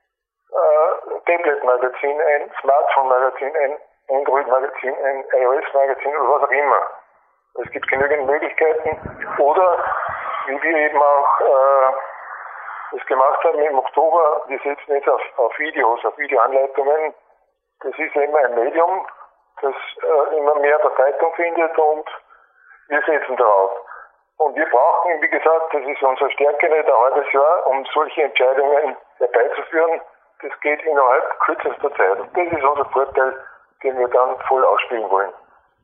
äh, Tablet-Magazin, ein Smartphone-Magazin, ein Android-Magazin, ein iOS-Magazin oder was auch immer. Es gibt genügend Möglichkeiten. Oder, wie wir eben auch äh, das gemacht haben im Oktober, wir setzen jetzt auf, auf Videos, auf Videoanleitungen. Das ist immer ein Medium, das äh, immer mehr Verbreitung findet und wir setzen darauf. Und wir brauchen, wie gesagt, das ist unsere Stärke, nicht ein halbes Jahr, um solche Entscheidungen herbeizuführen. Das geht innerhalb kürzester Zeit. Und das ist unser Vorteil, den wir dann voll ausspielen wollen.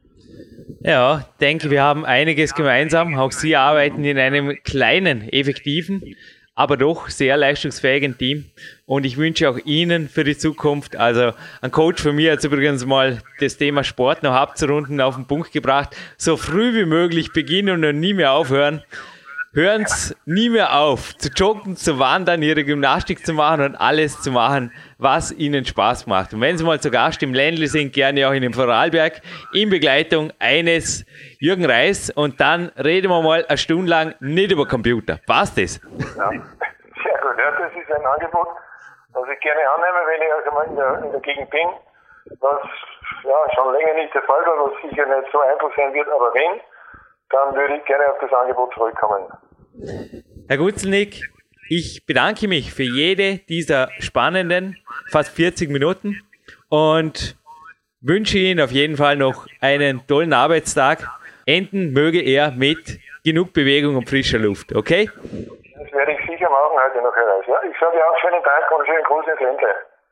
Ja, denke, wir haben einiges gemeinsam. Auch Sie arbeiten in einem kleinen, effektiven, aber doch sehr leistungsfähigen Team. Und ich wünsche auch Ihnen für die Zukunft, also ein Coach von mir hat übrigens mal das Thema Sport noch abzurunden auf den Punkt gebracht, so früh wie möglich beginnen und nie mehr aufhören. Hören Sie nie mehr auf, zu joggen, zu wandern, Ihre Gymnastik zu machen und alles zu machen, was Ihnen Spaß macht. Und wenn Sie mal zu Gast im Ländle sind, gerne auch in dem Vorarlberg, in Begleitung eines Jürgen Reis. Und dann reden wir mal eine Stunde lang nicht über Computer. Passt das? Ja, sehr gut. Ja, das ist ein Angebot, das ich gerne annehme, wenn ich also mal in der, in der Gegend bin, was ja schon länger nicht der Fall war, was sicher nicht so einfach sein wird, aber wenn, dann würde ich gerne auf das Angebot zurückkommen. Herr Gutzelnick, ich bedanke mich für jede dieser spannenden, fast vierzig Minuten und wünsche Ihnen auf jeden Fall noch einen tollen Arbeitstag. Enden möge er mit genug Bewegung und frischer Luft, okay? Das werde ich sicher machen heute noch heraus. Ja, ich sage auch schönen Dank und schönen Gruß ins Ende.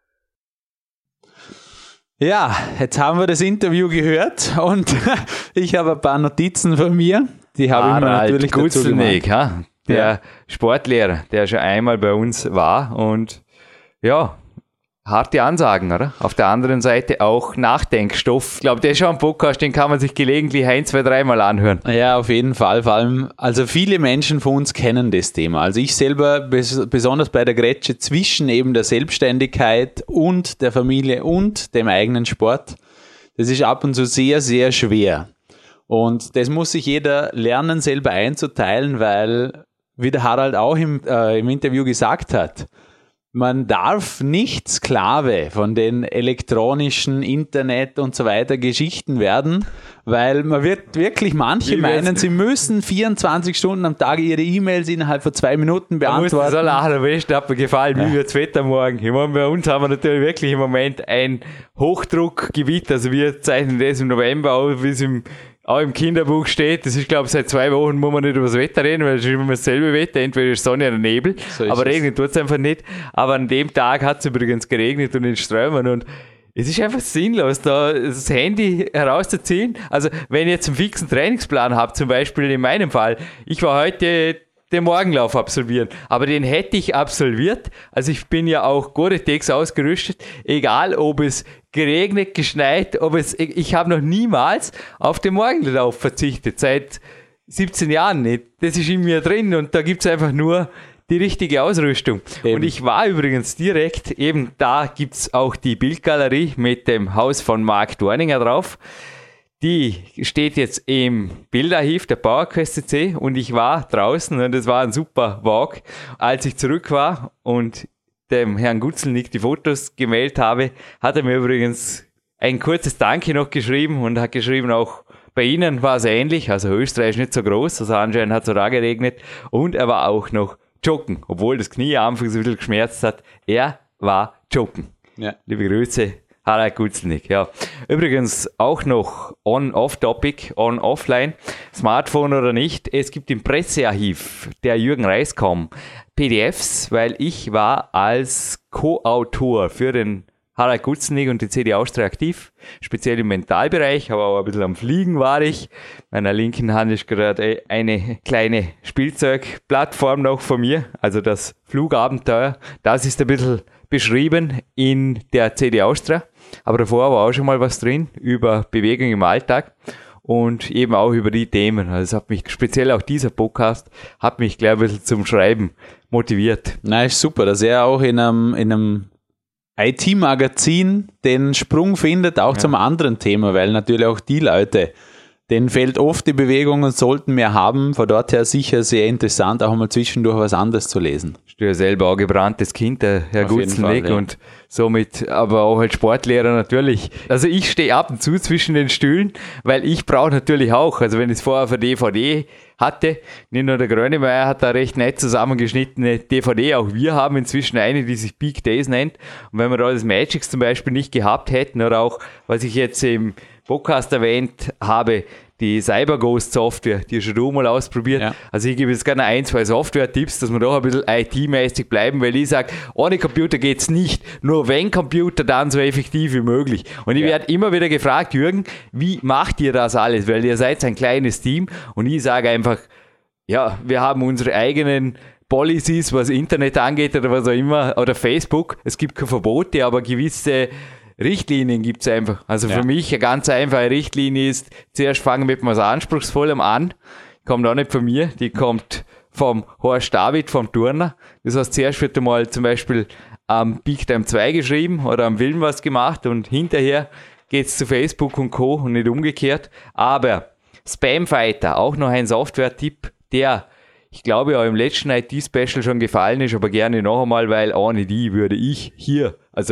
Ja, jetzt haben wir das Interview gehört und ich habe ein paar Notizen von mir. Die habe ich mir natürlich dazu gemacht. Ja, der ja. Sportlehrer, der schon einmal bei uns war und ja, harte Ansagen, oder? Auf der anderen Seite auch Nachdenkstoff. Ich glaube, der ist schon ein Podcast, den kann man sich gelegentlich ein, zwei, dreimal anhören. Ja, auf jeden Fall. Vor allem, also viele Menschen von uns kennen das Thema. Also ich selber, bes- besonders bei der Grätsche, zwischen eben der Selbstständigkeit und der Familie und dem eigenen Sport, das ist ab und zu sehr, sehr schwer. Und das muss sich jeder lernen, selber einzuteilen, weil, wie der Harald auch im, äh, im Interview gesagt hat, man darf nicht Sklave von den elektronischen Internet und so weiter Geschichten werden, weil man wird wirklich, manche meinen, sie müssen vierundzwanzig Stunden am Tag ihre E-Mails innerhalb von zwei Minuten beantworten. Du musst so lachen, am besten hat mir gefallen, wie ja. wird das Wetter morgen. Ich meine, bei uns haben wir natürlich wirklich im Moment ein Hochdruckgebiet, also wir zeichnen das im November auf, wie es im auch im Kinderbuch steht, das ist, glaube ich, seit zwei Wochen muss man nicht über das Wetter reden, weil es ist immer dasselbe Wetter, entweder ist Sonne oder Nebel, so aber regnen tut es einfach nicht. Aber an dem Tag hat es übrigens geregnet und in Strömen und es ist einfach sinnlos, da das Handy herauszuziehen. Also, wenn ihr jetzt einen fixen Trainingsplan habt, zum Beispiel in meinem Fall, ich war heute den Morgenlauf absolvieren, aber den hätte ich absolviert, also ich bin ja auch Gore-Tex ausgerüstet, egal ob es geregnet, geschneit, ob es, ich habe noch niemals auf den Morgenlauf verzichtet, seit siebzehn Jahren nicht, das ist in mir drin und da gibt es einfach nur die richtige Ausrüstung. Eben. Und ich war übrigens direkt, eben da gibt es auch die Bildgalerie mit dem Haus von Marc Dorninger drauf. Die steht jetzt im Bildarchiv der PowerQuest C C und ich war draußen und es war ein super Walk. Als ich zurück war und dem Herrn Gutzelnick die Fotos gemeldet habe, hat er mir übrigens ein kurzes Danke noch geschrieben und hat geschrieben, auch bei Ihnen war es ähnlich, also Österreich ist nicht so groß, also anscheinend hat es so da geregnet und er war auch noch joggen, obwohl das Knie anfangs ein bisschen geschmerzt hat. Er war joggen. Ja. Liebe Grüße. Harald Gutzelnick, ja. Übrigens auch noch on-off-Topic, on-offline, Smartphone oder nicht, es gibt im Pressearchiv der Jürgen Reis.com P D Fs, weil ich war als Co-Autor für den Harald Gutzelnick und die C D Austria aktiv, speziell im Mentalbereich, aber auch ein bisschen am Fliegen war ich. Meiner linken Hand ist gerade eine kleine Spielzeugplattform noch von mir, also das Flugabenteuer, das ist ein bisschen beschrieben in der C D Austria, aber davor war auch schon mal was drin über Bewegung im Alltag und eben auch über die Themen. Also es hat mich, speziell auch dieser Podcast, hat mich gleich ein bisschen zum Schreiben motiviert. Na, ist super, dass er auch in einem, in einem I T-Magazin den Sprung findet, auch ja. zum anderen Thema, weil natürlich auch die Leute, denen fehlt oft die Bewegung und sollten mehr haben. Von dort her sicher sehr interessant, auch mal zwischendurch was anderes zu lesen. Ich bin ja selber auch gebranntes Kind, der Herr Gutzelnick, ja. und somit aber auch als Sportlehrer natürlich. Also ich stehe ab und zu zwischen den Stühlen, weil ich brauche natürlich auch, also wenn ich es vorher für D V D hatte, nicht nur der Grönemeyer hat da recht nett zusammengeschnittene D V D, auch wir haben inzwischen eine, die sich Peak Days nennt. Und wenn wir da das Magix zum Beispiel nicht gehabt hätten oder auch, was ich jetzt im Podcast erwähnt habe, die CyberGhost Software, die schon du mal ausprobiert. Ja. Also ich gebe jetzt gerne ein, zwei Software-Tipps, dass wir doch ein bisschen I T-mäßig bleiben, weil ich sage, ohne Computer geht's nicht. Nur wenn Computer, dann so effektiv wie möglich. Und ich ja. werde immer wieder gefragt, Jürgen, wie macht ihr das alles? Weil ihr seid ein kleines Team und ich sage einfach, ja, wir haben unsere eigenen Policies, was Internet angeht oder was auch immer, oder Facebook. Es gibt keine Verbote, aber gewisse Richtlinien gibt es einfach. Also ja. für mich eine ganz einfache Richtlinie ist, zuerst fangen wir mit etwas Anspruchsvollem an. Die kommt auch nicht von mir, die kommt vom Horst David, vom Turner. Das heißt, zuerst wird einmal zum Beispiel am Peak Time zwei geschrieben oder am Willen was gemacht und hinterher geht es zu Facebook und Co. und nicht umgekehrt. Aber Spamfighter, auch noch ein Software-Tipp, der, ich glaube, auch im letzten I T-Special schon gefallen ist, aber gerne noch einmal, weil ohne die würde ich hier, also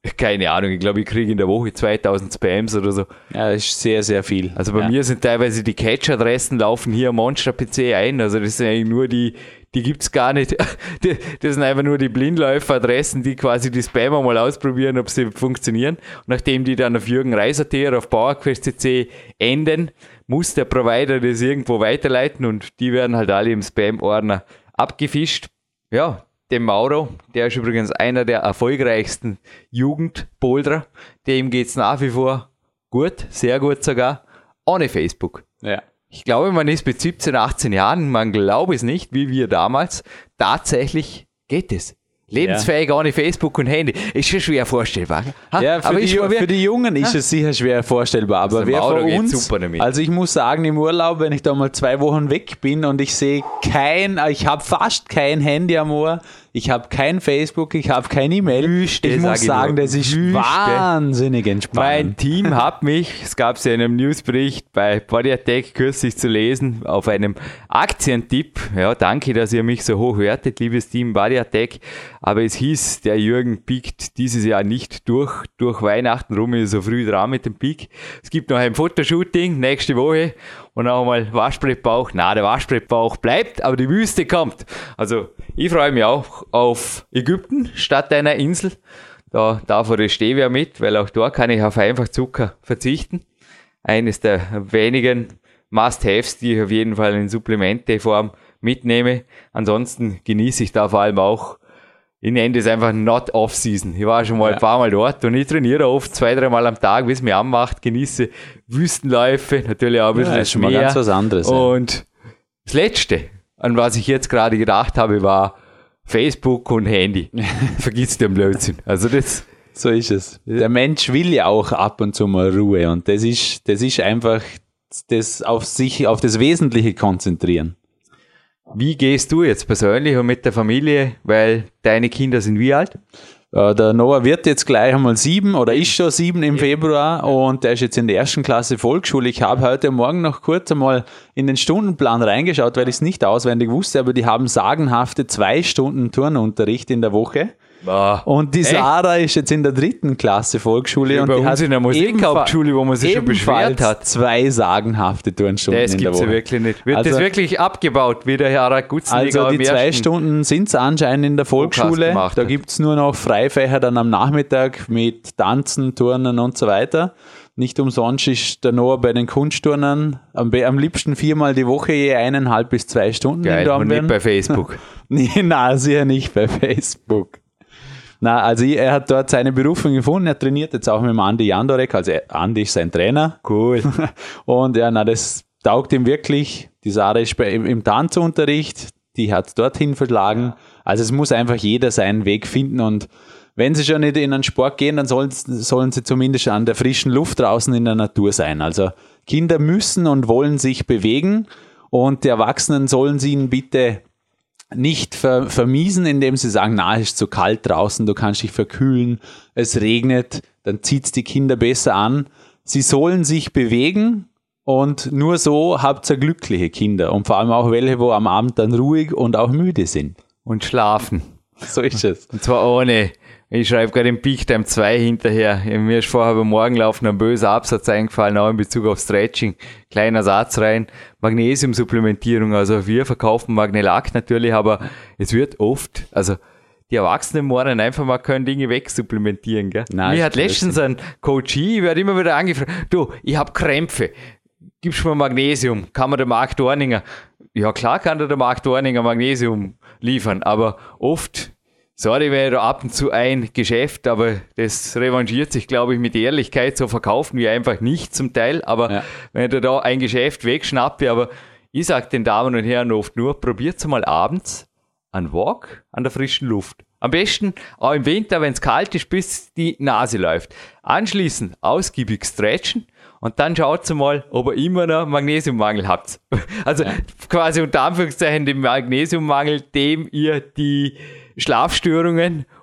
keine Ahnung, ich glaube, ich kriege in der Woche zweitausend Spams oder so. Ja, das ist sehr, sehr viel. Also bei ja. mir sind teilweise die Cache-Adressen laufen hier am Monster-P C ein, also das sind eigentlich nur die, die gibt's gar nicht. Das sind einfach nur die Blindläufer-Adressen, die quasi die Spammer mal ausprobieren, ob sie funktionieren. Und nachdem die dann auf Jürgen Reiser oder auf PowerQuest C C enden, muss der Provider das irgendwo weiterleiten und die werden halt alle im Spam-Ordner abgefischt. Ja, dem Mauro, der ist übrigens einer der erfolgreichsten Jugendboulderer, dem geht's nach wie vor gut, sehr gut sogar, ohne Facebook. Ja. Ich glaube, man ist mit siebzehn, achtzehn Jahren, man glaube es nicht, wie wir damals, tatsächlich geht es. Lebensfähig ja. ohne Facebook und Handy. Ist schon schwer vorstellbar. Ha? Ja, für, aber die, für die Jungen ist ha? es sicher schwer vorstellbar. Aber also wer von uns, super damit. Also ich muss sagen, im Urlaub, wenn ich da mal zwei Wochen weg bin und ich sehe kein, ich habe fast kein Handy am Ohr, ich habe kein Facebook, ich habe kein E-Mail. Wüste, ich muss sagen, das ist Wüste. wahnsinnig entspannt. Mein Team hat mich, es gab es ja in einem Newsbericht bei Body Attack kürzlich zu lesen, auf einem Aktientipp. Ja, danke, dass ihr mich so hoch wertet, liebes Team Body Attack. Aber es hieß, der Jürgen piekt dieses Jahr nicht durch. Durch Weihnachten rum ist er so früh dran mit dem Peak. Es gibt noch ein Fotoshooting nächste Woche und auch mal Waschbrettbauch. Na, der Waschbrettbauch bleibt, aber die Wüste kommt. Also ich freue mich auch auf Ägypten statt einer Insel. Da darf er das Stevia mit, weil auch da kann ich auf Einfachzucker verzichten. Eines der wenigen Must-Haves, die ich auf jeden Fall in Supplementeform mitnehme. Ansonsten genieße ich da vor allem auch, ich nenne das einfach not off-season. Ich war schon mal ja. ein paar Mal dort und ich trainiere oft zwei, drei Mal am Tag, wie es mir anmacht, genieße Wüstenläufe, natürlich auch ein bisschen ja, das schon mal ganz was anderes. Und ja. das Letzte, an was ich jetzt gerade gedacht habe, war Facebook und Handy. Vergiss den Blödsinn. Also das... So ist es. Der Mensch will ja auch ab und zu mal Ruhe und das ist, das ist einfach das auf sich, auf das Wesentliche konzentrieren. Wie gehst du jetzt persönlich und mit der Familie, weil deine Kinder sind wie alt? Äh, der Noah wird jetzt gleich einmal sieben oder ist schon sieben im Februar und der ist jetzt in der ersten Klasse Volksschule. Ich habe heute Morgen noch kurz einmal in den Stundenplan reingeschaut, weil ich es nicht auswendig wusste, aber die haben sagenhafte zwei Stunden Turnunterricht in der Woche. Boah. Und die Sarah echt? ist jetzt in der dritten Klasse Volksschule. Ja, und bei die uns hat in der Musikhauptschule, wo man sich schon beschwert hat. Zwei sagenhafte Turnstunden das in der Woche. Das gibt es ja wirklich nicht. Wird also, das wirklich abgebaut, wie der Herr Gutzenliger Also die zwei Stunden sind es anscheinend in der Volksschule. Da gibt es nur noch Freifächer dann am Nachmittag mit Tanzen, Turnen und so weiter. Nicht umsonst ist der Noah bei den Kunstturnern am, am liebsten viermal die Woche je eineinhalb bis zwei Stunden. Geil, und nicht bei Facebook. nee, nein, sicher nicht bei Facebook. Na, also er hat dort seine Berufung gefunden, er trainiert jetzt auch mit dem Andi Jandorek, also Andi ist sein Trainer. Cool. Und ja, na, das taugt ihm wirklich. Die Sarah ist bei, im, im Tanzunterricht, die hat es dorthin verschlagen. Also es muss einfach jeder seinen Weg finden und wenn sie schon nicht in einen Sport gehen, dann sollen, sollen sie zumindest an der frischen Luft draußen in der Natur sein. Also Kinder müssen und wollen sich bewegen und die Erwachsenen sollen sie ihnen bitte nicht ver- vermiesen, indem sie sagen, na, es ist zu kalt draußen, du kannst dich verkühlen, es regnet, dann zieht es die Kinder besser an. Sie sollen sich bewegen und nur so habt ihr glückliche Kinder und vor allem auch welche, wo am Abend dann ruhig und auch müde sind. Und schlafen. So ist es. Und zwar ohne... Ich schreibe gerade im Peak Time zwei hinterher. Mir ist vorher beim Morgenlaufen ein böser Absatz eingefallen, auch in Bezug auf Stretching. Kleiner Satz rein. Magnesiumsupplementierung. Also wir verkaufen Magnelac natürlich, aber es wird oft, also die Erwachsenen morgen einfach mal können Dinge wegsupplementieren. Gell? Nein, mir hat letztens ein Coachie, ich werde immer wieder angefragt, du, ich habe Krämpfe. Gibst du mir Magnesium? Kann mir der Marc Dorninger? Ja klar kann der Marc Dorninger Magnesium liefern, aber oft... Sorry, wenn ich da ab und zu ein Geschäft, aber das revanchiert sich, glaube ich, mit Ehrlichkeit. So verkaufen wir einfach nicht zum Teil. Aber ja. wenn ich da ein Geschäft wegschnappe, aber ich sage den Damen und Herren oft nur, probiert mal abends einen Walk an der frischen Luft. Am besten auch im Winter, wenn es kalt ist, bis die Nase läuft. Anschließend ausgiebig stretchen und dann schaut mal, ob ihr immer noch Magnesiummangel habt. Also ja. quasi unter Anführungszeichen den Magnesiummangel, dem ihr die Schlafstörungen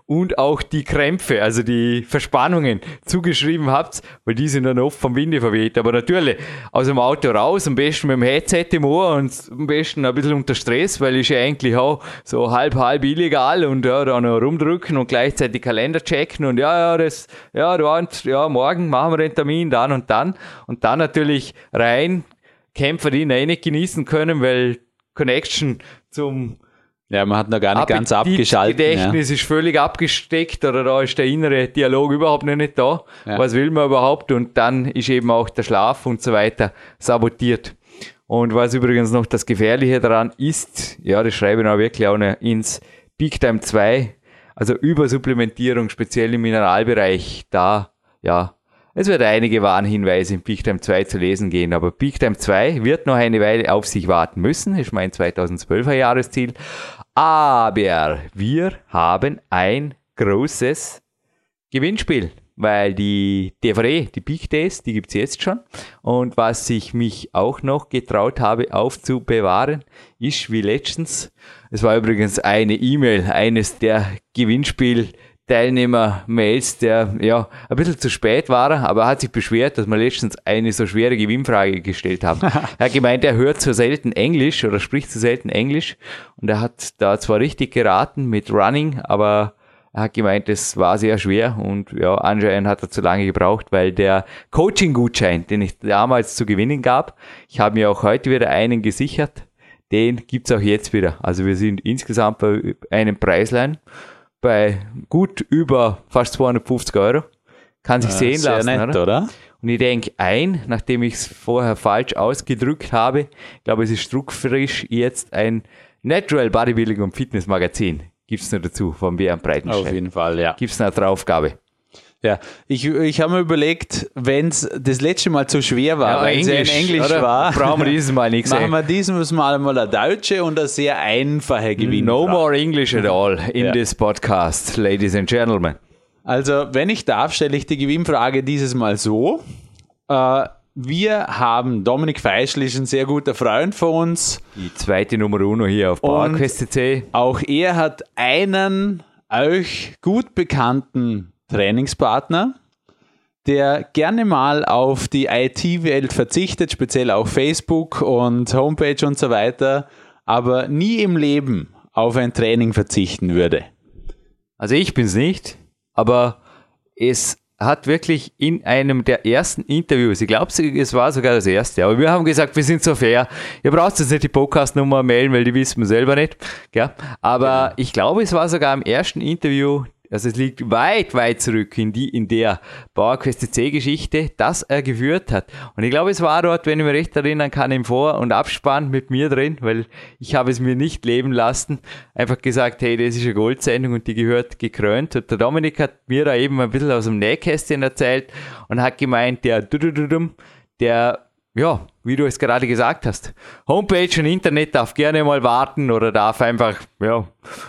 und auch die Krämpfe, also die Verspannungen zugeschrieben habt, weil die sind dann oft vom Winde verweht. Aber natürlich aus dem Auto raus, am besten mit dem Headset im Ohr und am besten ein bisschen unter Stress, weil ich ja eigentlich auch so halb, halb illegal und ja, da noch rumdrücken und gleichzeitig Kalender checken und ja, ja, das, ja, da, ja, morgen machen wir den Termin, dann und dann. Und dann natürlich rein, Kämpfer, die ihn eh nicht genießen können, weil Connection zum Ja, man hat noch gar nicht Appetit, ganz abgeschaltet. Gedächtnis ja. ist völlig abgesteckt oder da ist der innere Dialog überhaupt noch nicht da. Ja. Was will man überhaupt? Und dann ist eben auch der Schlaf und so weiter sabotiert. Und was übrigens noch das Gefährliche daran ist, ja, das schreibe ich auch wirklich auch noch ins Peak Time zwei, also Übersupplementierung, speziell im Mineralbereich, da, ja, es wird einige Warnhinweise im Peak Time zwei zu lesen gehen, aber Peak Time zwei wird noch eine Weile auf sich warten müssen, ist mein zweitausendzwölfer Jahresziel. Aber wir haben ein großes Gewinnspiel, weil die D V D, die Peak Days, die gibt's jetzt schon. Und was ich mich auch noch getraut habe aufzubewahren, ist wie letztens, es war übrigens eine E-Mail, eines der Gewinnspiel Teilnehmer-Mails, der ja ein bisschen zu spät war, aber er hat sich beschwert, dass wir letztens eine so schwere Gewinnfrage gestellt haben. Er hat gemeint, er hört zu selten Englisch oder spricht zu selten Englisch und er hat da zwar richtig geraten mit Running, aber er hat gemeint, es war sehr schwer und ja, anscheinend hat er zu lange gebraucht, weil der Coaching-Gutschein, den ich damals zu gewinnen gab, ich habe mir auch heute wieder einen gesichert, den gibt's auch jetzt wieder. Also wir sind insgesamt bei einem Preislein bei gut über fast zweihundertfünfzig Euro. Kann sich ja, sehen lassen, nett, oder? oder? Und ich denke ein, nachdem ich es vorher falsch ausgedrückt habe, ich glaube, es ist druckfrisch jetzt ein Natural Bodybuilding und Fitness Magazin. Gibt es noch dazu, vom Bären Breitenstein. Auf jeden Fall, ja. Gibt es eine Draufgabe. Ja, ich, ich habe mir überlegt, wenn es das letzte Mal zu schwer war, ja, weil es ja in Englisch oder? war, brauchen wir dieses Mal nichts. Machen wir dieses Mal mal eine deutsche und eine sehr einfache Gewinn. No more English at all in ja. this podcast, ladies and gentlemen. Also, wenn ich darf, stelle ich die Gewinnfrage dieses Mal so. Äh, wir haben Dominik Feischl, ist ein sehr guter Freund von uns. Die zweite Nummer uno hier auf PowerQuest C C. Auch er hat einen euch gut bekannten Trainingspartner, der gerne mal auf die I T-Welt verzichtet, speziell auch Facebook und Homepage und so weiter, aber nie im Leben auf ein Training verzichten würde. Also ich bin's nicht, aber es hat wirklich in einem der ersten Interviews, ich glaube, es war sogar das erste, aber wir haben gesagt, wir sind so fair, ihr braucht jetzt nicht die Podcast-Nummer melden, weil die wissen wir selber nicht, gell? Aber ja. Ich glaube, es war sogar im ersten Interview, also es liegt weit, weit zurück in die, in der PowerQuest C C-Geschichte, das er geführt hat. Und ich glaube, es war dort, wenn ich mich recht erinnern kann, im Vor- und Abspann mit mir drin, weil ich habe es mir nicht leben lassen. Einfach gesagt, hey, das ist eine Goldsendung und die gehört gekrönt. Und der Dominik hat mir da eben ein bisschen aus dem Nähkästchen erzählt und hat gemeint, der, der, ja, wie du es gerade gesagt hast, Homepage und Internet darf gerne mal warten oder darf einfach, ja,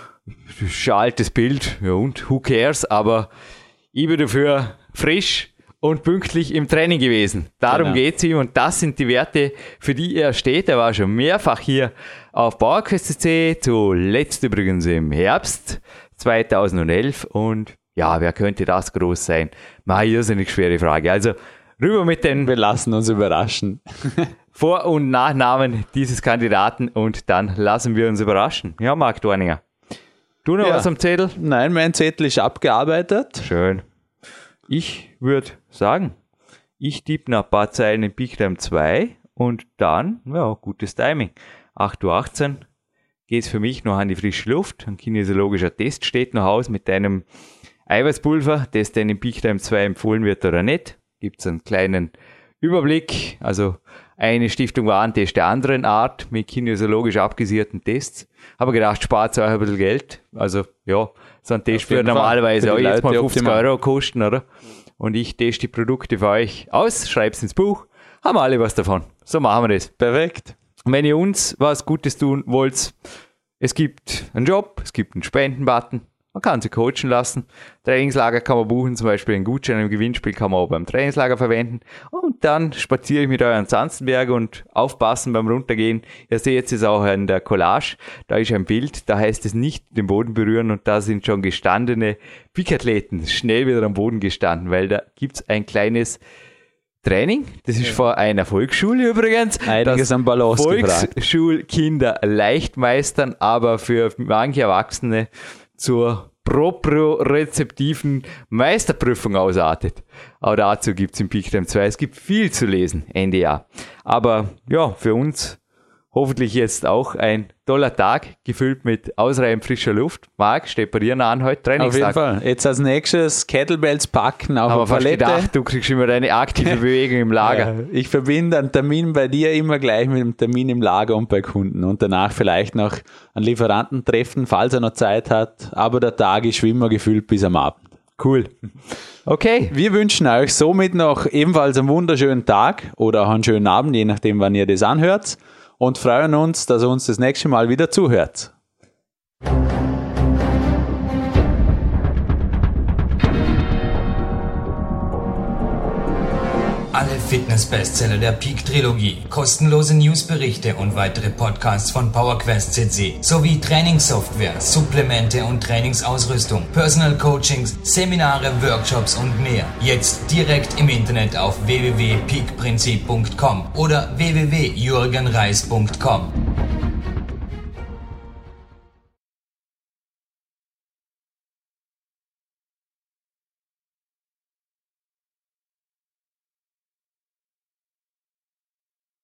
altes Bild, ja und, who cares, aber ich bin dafür frisch und pünktlich im Training gewesen. Darum genau. Geht's ihm und das sind die Werte, für die er steht. Er war schon mehrfach hier auf PowerQuest C C, zuletzt übrigens im Herbst zweitausendelf und ja, wer könnte das groß sein? Mal irrsinnig schwere Frage. Also rüber mit den... Wir lassen uns überraschen. Vor- und Nachnamen dieses Kandidaten und dann lassen wir uns überraschen. Ja, Marc Dorninger. Du noch ja. was am Zettel? Nein, mein Zettel ist abgearbeitet. Schön. Ich würde sagen, ich tippe noch ein paar Zeilen in Peak Time zwei und dann, ja, gutes Timing. acht Uhr achtzehn geht es für mich noch an die frische Luft. Ein kinesiologischer Test steht noch aus mit einem Eiweißpulver, das dann in Peak Time zwei empfohlen wird oder nicht. Gibt es einen kleinen Überblick, also eine Stiftung Warentest der anderen Art mit kinesiologisch abgesierten Tests. Habe gedacht, spart euch ein bisschen Geld. Also ja, so ein Test würde normalerweise auch jetzt mal fünfzig Euro kosten, oder? Und ich teste die Produkte für euch aus, schreib's ins Buch, haben alle was davon. So machen wir das. Perfekt. Und wenn ihr uns was Gutes tun wollt, es gibt einen Job, es gibt einen Spendenbutton, Man kann sich coachen lassen. Trainingslager kann man buchen, zum Beispiel einen Gutschein im Gewinnspiel kann man auch beim Trainingslager verwenden. Und dann spaziere ich mit euren Zanzenberg und aufpassen beim Runtergehen. Ihr seht es auch in der Collage. Da ist ein Bild, da heißt es nicht den Boden berühren und da sind schon gestandene Peak-Athleten schnell wieder am Boden gestanden, weil da gibt es ein kleines Training. Das ist ja. vor einer Volksschule übrigens. Einiges an Balance Volksschulkinder leicht meistern, aber für manche Erwachsene zur propriozeptiven Meisterprüfung ausartet. Aber dazu gibt es im Peak-Time zwei. Es gibt viel zu lesen, Ende Jahr. Aber ja, für uns hoffentlich jetzt auch ein toller Tag, gefüllt mit ausreichend frischer Luft. Marc, steht bei dir noch an heute Trainingstag? Auf jeden Fall. Jetzt als nächstes Kettlebells packen auf Aber der Palette. Aber fast gedacht, du kriegst immer deine aktive Bewegung im Lager. Ja, ich verbinde einen Termin bei dir immer gleich mit einem Termin im Lager und bei Kunden und danach vielleicht noch einen Lieferanten treffen, falls er noch Zeit hat. Aber der Tag ist wie immer gefüllt bis am Abend. Cool. Okay. Wir wünschen euch somit noch ebenfalls einen wunderschönen Tag oder auch einen schönen Abend, je nachdem, wann ihr das anhört. Und freuen uns, dass ihr uns das nächste Mal wieder zuhört. Alle Fitness-Bestseller der Peak-Trilogie, kostenlose Newsberichte und weitere Podcasts von PowerQuest C C sowie Trainingssoftware, Supplemente und Trainingsausrüstung, Personal Coachings, Seminare, Workshops und mehr. Jetzt direkt im Internet auf w w w punkt peak prinzip punkt com oder w w w punkt jürgen reis punkt com.